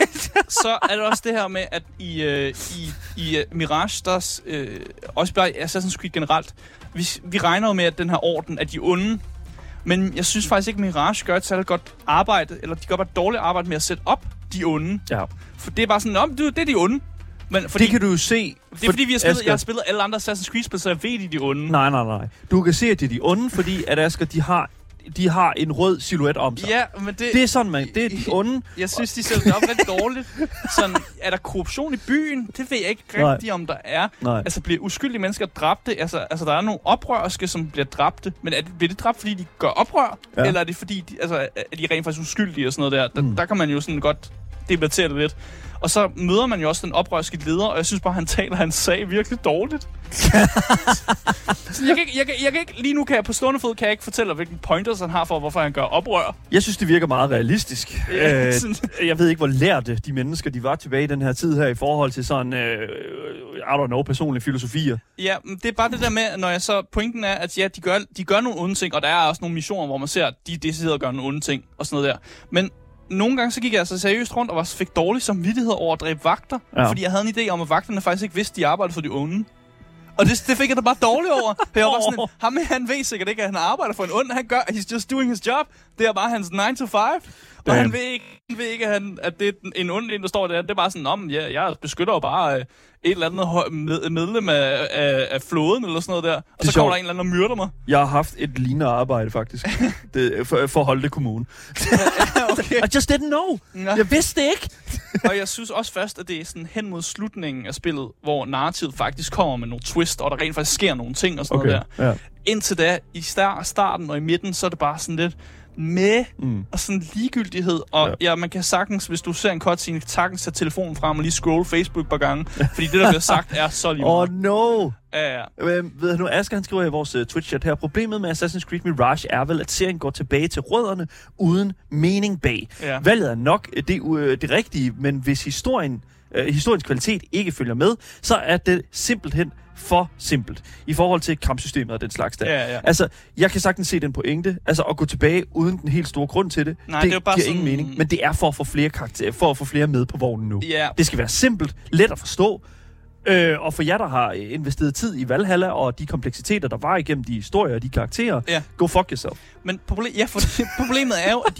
Så er det også det her med, at i Mirage, der også bare Assassin's Creed generelt, vi regner jo med, at den her orden er de onde, men jeg synes faktisk ikke, Mirage gør et særligt godt arbejde, eller de gør bare et dårligt arbejde med at sætte op de onde. Ja. For det er bare sådan, det er de onde. Men fordi, det kan du jo se. Det er fordi, jeg har spillet alle andre Assassin's Creed-spil, så jeg ved, de onde. Nej. Du kan se, at det er de onde, fordi at Asger, de har en rød silhuet om sig. Ja, men det er sådan, det er de onde. Jeg synes, de sætter det op rigtig dårligt. Sådan, er der korruption i byen? Det ved jeg ikke rigtigt, om der er. Nej. Altså, bliver uskyldige mennesker dræbte? Altså, der er nogle oprørske, som bliver dræbte. Men bliver de dræbt, fordi de gør oprør? Ja. Eller er det fordi, er de rent faktisk uskyldige og sådan noget der? Der kan man jo sådan godt debattere det lidt. Og så møder man jo også den oprørske leder, og jeg synes bare, han taler hans sag virkelig dårligt. Så jeg kan ikke, lige nu kan jeg på stående fod, kan jeg ikke fortælle, hvilken pointers han har for, hvorfor han gør oprør. Jeg synes, det virker meget realistisk. Jeg ved ikke, hvor lærte de mennesker, de var tilbage i den her tid her, i forhold til sådan, I don't know, personlige filosofier. Ja, det er bare det der med, når jeg så, pointen er, at ja, de gør nogle onde ting, og der er også nogle missioner, hvor man ser, at de decideret gør nogle onde ting, og sådan noget der. Men nogle gange så gik jeg altså seriøst rundt og fik dårlig samvittighed over at dræbe vagter, fordi jeg havde en idé om, at vagterne faktisk ikke vidste, de arbejdede for de onde. Og det fik jeg da bare dårligt over. Jeg var bare sådan, ham han ved sikkert ikke, at han arbejder for en ond. Han gør, he's just doing his job. Det er bare hans 9 to 5. Og han ved ikke, at det er en ond, der står der. Det er bare sådan, jeg beskytter jo bare et eller andet medlem af flåden eller sådan noget der. Og så kommer der en eller anden og myrder mig. Jeg har haft et lignende arbejde, faktisk. For Holte Kommune. Okay. I just didn't know. Ja. Jeg vidste det ikke. Og jeg synes også først, at det er sådan hen mod slutningen af spillet, hvor narrativet faktisk kommer med nogle twist, og der rent faktisk sker nogle ting og sådan noget der. Ja. Indtil da, i starten og i midten, så er det bare sådan lidt med og sådan ligegyldighed. Og ja, man kan sagtens, hvis du ser en cutscene, sagtens tage telefonen frem og lige scrolle Facebook par gange. Fordi det, der bliver sagt, er så lige meget. No! Ja. Ved du, Asger, han skriver i vores Twitch-chat her, problemet med Assassin's Creed Mirage er vel, at serien går tilbage til rødderne uden mening bag. Ja. Valget er nok det rigtige, men hvis historiens kvalitet ikke følger med, så er det simpelthen for simpelt i forhold til kampsystemet og den slags der. Ja. Altså, jeg kan sagtens se den pointe, altså at gå tilbage uden den helt store grund til det. Nej, det giver sådan ingen mening, men det er for at få flere karakterer, for at få flere med på vognen nu. Ja. Det skal være simpelt, let at forstå, og for jer, der har investeret tid i Valhalla og de kompleksiteter, der var igennem de historier og de karakterer, go fuck yourself. Men problemet er jo, at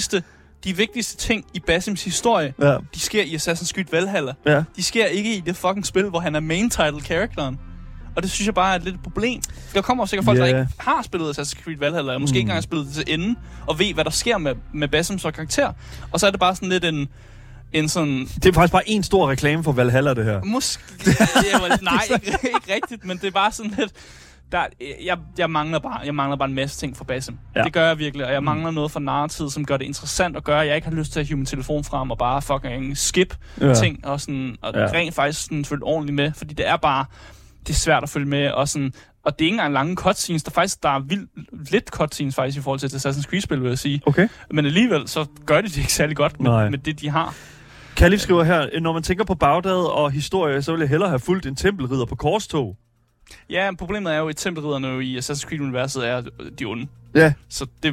de vigtigste ting i Basims historie, de sker i Assassin's Creed Valhalla. Ja. De sker ikke i det fucking spil, hvor han er main title characteren. Og det synes jeg bare er et lidt problem. Der kommer sikkert folk, der ikke har spillet Assassin's Creed Valhalla, og måske ikke engang har spillet det til enden, og ved, hvad der sker med Basim som karakter. Og så er det bare sådan lidt en sådan... Det er faktisk bare en stor reklame for Valhalla, det her. Måske... nej, ikke rigtigt, men det er bare sådan lidt... Jeg mangler bare en masse ting fra Basim. Ja. Det gør jeg virkelig, og jeg mangler noget fra narrativet, som gør det interessant at gøre. Jeg ikke har lyst til at hive min telefon frem og bare fucking skip ting, og sådan, og rent faktisk sådan, følge ordentligt med, fordi det er svært at følge med, og sådan, og det er ikke engang lange cutscenes. Der er vildt lidt cutscenes faktisk i forhold til Assassin's Creed-spil, vil jeg sige. Okay. Men alligevel, så gør de det ikke særlig godt med det, de har. Kalif skriver her, når man tænker på Bagdad og historie, så vil jeg hellere have fulgt en tempelridder på korstog. Ja, problemet er jo, at tempelridderne jo i Assassin's Creed-universet er de onde. Ja. Yeah. Så det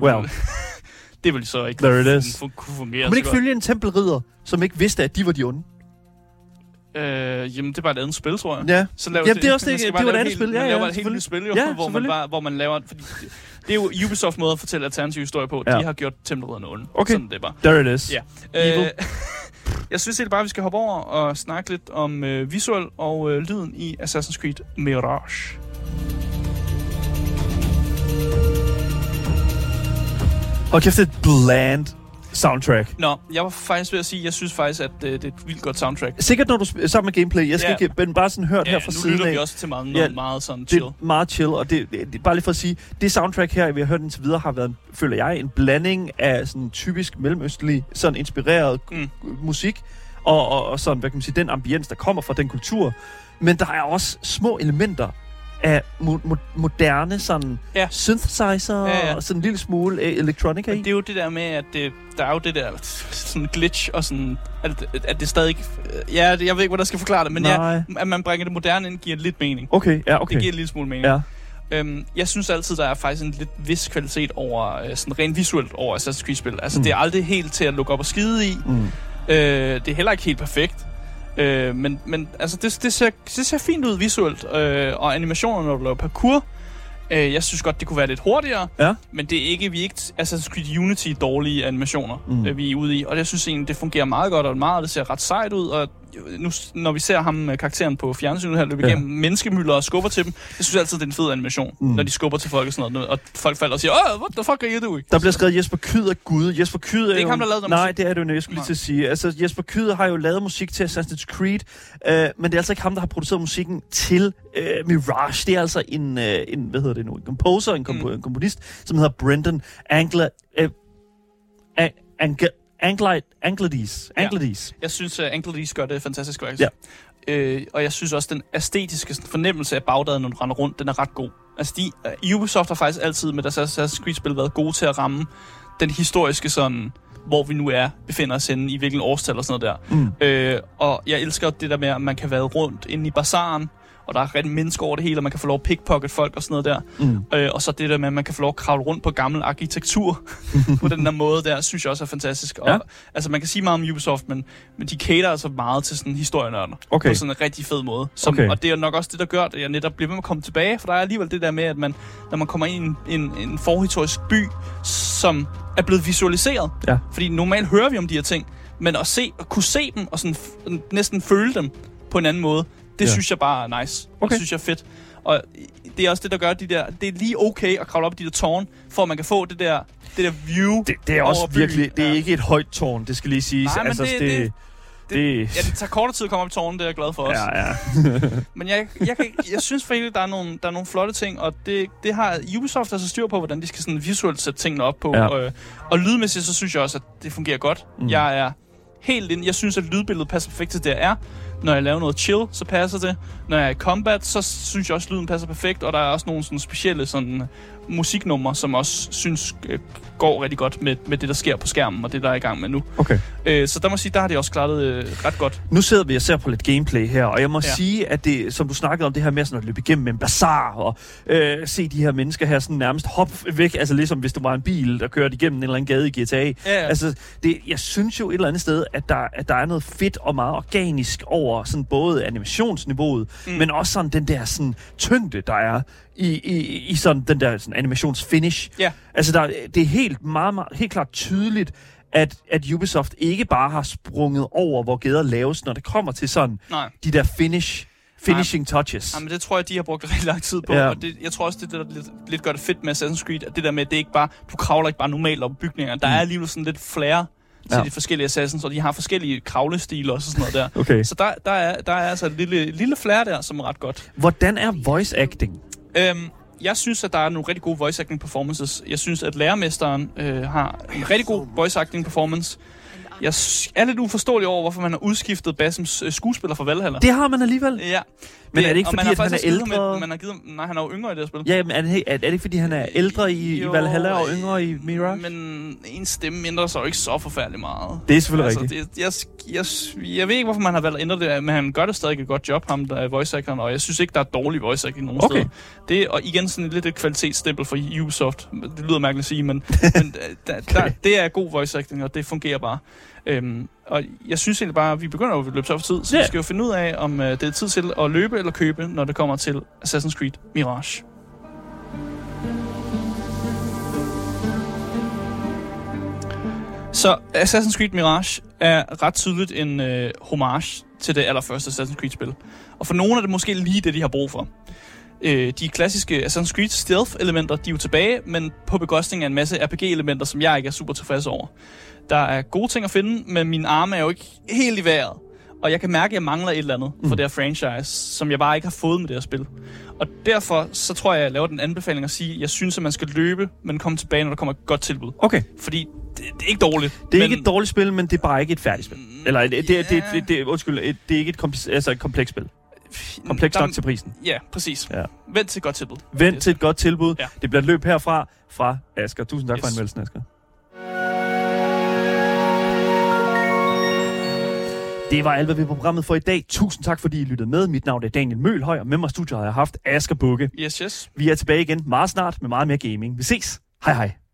vil så ikke kunne fungere. Kan man ikke følge en tempelridder, som ikke vidste, at de var de onde? Jamen, det er bare et andet spil, tror jeg. Ja. Så det er også det var et andet spil. Man laver et helt nyt spil, jo, hvor man laver... Fordi det er jo Ubisoft måde at fortælle alternativ historie på. De har gjort tempelridderne onde. Okay, sådan det bare. There it is. Ja. Jeg synes helt bare, at vi skal hoppe over og snakke lidt om visuel og lyden i Assassin's Creed Mirage. Og kæft, et bland soundtrack. Nå, jeg var faktisk ved at sige, jeg synes faktisk, at det er et vildt godt soundtrack. Sikkert når du sammen med gameplay. Jeg skal ikke bare sådan hørt her fra siden af. Nu lytter vi også til meget sådan chill. Det er meget chill, og det er bare lige for at sige, det soundtrack her, vi har hørt indtil videre, har været, føler jeg, en blanding af sådan typisk mellemøstlig, sådan inspireret musik, og sådan, hvad kan man sige, den ambience, der kommer fra den kultur. Men der er også små elementer af moderne sådan synthesizer og sådan en lille smule electronica i. Det er jo det der med, at der er jo det der sådan glitch og sådan, at det stadig... Ja, jeg ved ikke, hvordan jeg skal forklare det, men at man bringer det moderne ind, giver lidt mening. Okay, ja, okay. Det giver en lille smule mening. Ja. Jeg synes altid, der er faktisk en lidt vis kvalitet over, sådan rent visuelt over Assassin's Creed-spil. Altså, det er aldrig helt til at lukke op og skide i. Det er heller ikke helt perfekt. Men altså, det ser fint ud visuelt, og animationerne, når du laver parkour, jeg synes godt, det kunne være lidt hurtigere, men det er ikke, vi er ikke Assassin's Creed Unity dårlige animationer, vi er ude i, og jeg synes egentlig, det fungerer meget godt, og meget, det ser ret sejt ud, og nu, når vi ser ham, karakteren på fjernsynet her, løbe igennem menneskemylder og skubber til dem, jeg synes altid, det er en fed animation, når de skubber til folk og sådan noget, og folk falder og siger, what the fuck are you doing? Der bliver skrevet Jesper Kyd af Gud. Jesper Kyd det er ikke ham, der lavede den musik. Nej, det er det jo, jeg skulle lige til at sige. Altså, Jesper Kyd har jo lavet musik til Assassin's Creed, men det er altså ikke ham, der har produceret musikken til Mirage. Det er altså en hvad hedder det nu, en composer, en komponist, som hedder Brendan Anglades. Jeg synes, Anglades gør det fantastisk faktisk. Ja. Og jeg synes også, den æstetiske fornemmelse af Bagdad, når du render rundt, den er ret god. Altså, Ubisoft har faktisk altid med deres Assassin's Creed-spil været gode til at ramme den historiske sådan, hvor vi nu befinder os henne, i hvilken årstal og sådan noget der. Og jeg elsker det der med, at man kan være rundt inde i bazaren, og der er rigtig mennesker over det hele, og man kan få lov at pickpocket folk og sådan noget der. Og så det der med, at man kan få lov at kravle rundt på gammel arkitektur på den der måde der, synes jeg også er fantastisk. Og, altså, man kan sige meget om Ubisoft, men de cater altså meget til sådan historienørder. På sådan en rigtig fed måde. Og det er nok også det, der gør, at jeg netop bliver ved med at komme tilbage, for der er alligevel det der med, at når man kommer ind i en forhistorisk by, som er blevet visualiseret. Ja. Fordi normalt hører vi om de her ting, men at kunne se dem, og sådan næsten føle dem på en anden måde, det synes jeg bare er nice. Det synes jeg er fedt. Og det er også det, der gør det er lige okay at kravle op i de der tårn, for at man kan få det der view. Det er også virkelig, det er ikke et højt tårn, det skal lige siges. Nej, men altså, det tager kortere tid at komme op i tårnen, det er jeg glad for også. Ja. Men jeg synes faktisk, der er nogle flotte ting, og det har Ubisoft altså styr på, hvordan de skal sådan visuelt sætte tingene op på. Ja. Og lydmæssigt, så synes jeg også, at det fungerer godt. Jeg er helt inde. Jeg synes, at lydbilledet passer perfekt til det, jeg er. Når jeg laver noget chill, så passer det. Når jeg er i combat, så synes jeg også, at lyden passer perfekt. Og der er også nogle sådan specielle sådan, musiknumre, som også synes går rigtig godt med det, der sker på skærmen, og det, der er i gang med nu. Okay. Så der må sige, der har de også klaret ret godt. Nu sidder vi og ser på lidt gameplay her, og jeg må sige, at det, som du snakkede om, det her med sådan at løbe igennem en bazar, og se de her mennesker her sådan nærmest hoppe væk, altså ligesom hvis det var en bil, der kørte igennem en eller anden gade i GTA. Ja. Altså, jeg synes jo et eller andet sted, at der er noget fedt og meget organisk over sådan både animationsniveauet, men også sådan den der sådan tyngde, der er i sådan den der sådan animationsfinish. Ja. Altså det er helt klart tydeligt, at Ubisoft ikke bare har sprunget over, hvor gader laves, når det kommer til sådan de der finishing touches. Ja, men det tror jeg, de har brugt rigtig lang tid på. Ja. Og jeg tror også, det der lidt gør det fedt med Assassin's Creed, at det der med, at det ikke bare, du kravler ikke bare normalt op bygninger. Der er alligevel sådan lidt flere til de forskellige Assassins, og de har forskellige kravlestiler og sådan noget der. Okay. Så der er altså et lille flere der, som er ret godt. Hvordan er voice acting? Jeg synes, at der er nogle rigtig gode voice acting performances. Jeg synes, at lærermesteren har en rigtig god voice acting performance. Jeg er lidt uforståelig over, hvorfor man har udskiftet Bassams skuespiller fra Valhalla. Det har man alligevel. Ja. Men er det ikke fordi, at han er ældre? Nej, han er jo yngre i det her spil. Ja, men er det ikke fordi, han er ældre i Valhalla og yngre i Mirage? Men en stemme mindre så jo ikke så forfærdeligt meget. Det er selvfølgelig rigtigt. Jeg ved ikke, hvorfor man har valgt at ændre det, men han gør det stadig et godt job, ham der er voice actoren, og jeg synes ikke, der er dårlig voice acting nogen steder. Det og igen sådan lidt et kvalitetsstempel for Ubisoft. Det lyder mærkeligt at sige, men det er god voice acting, og det fungerer bare. Og jeg synes egentlig bare, at vi begynder at løbe så for tid, så vi skal jo finde ud af, om det er tid til at løbe eller købe, når det kommer til Assassin's Creed Mirage. Så Assassin's Creed Mirage er ret tydeligt en homage til det allerførste Assassin's Creed-spil. Og for nogle er det måske lige det, de har brug for. De klassiske Assassin's Creed stealth-elementer, de er jo tilbage, men på bekostning af en masse RPG-elementer, som jeg ikke er super tilfreds over. Der er gode ting at finde, men mine arme er jo ikke helt i vejret. Og jeg kan mærke, at jeg mangler et eller andet for det her franchise, som jeg bare ikke har fået med det her spil. Og derfor så tror jeg laver den anbefaling at sige, at jeg synes, at man skal løbe, men komme tilbage, når der kommer et godt tilbud. Okay. Fordi det er ikke dårligt. Det er ikke et dårligt spil, men det er bare ikke et færdigt spil. Eller det er ikke et komplekst spil. Kompleks nok til prisen. Ja, præcis. Ja. Vent til et godt tilbud. Vent til et godt tilbud. Ja. Det bliver et løb herfra fra Asger. Tusind tak for anmeldelsen, Asger. Det var alt, hvad vi på programmet for i dag. Tusind tak, fordi I lyttede med. Mit navn er Daniel Mølhøj, og med mig i studiet har jeg haft Asger Bugge. Yes. Vi er tilbage igen meget snart med meget mere gaming. Vi ses. Hej hej.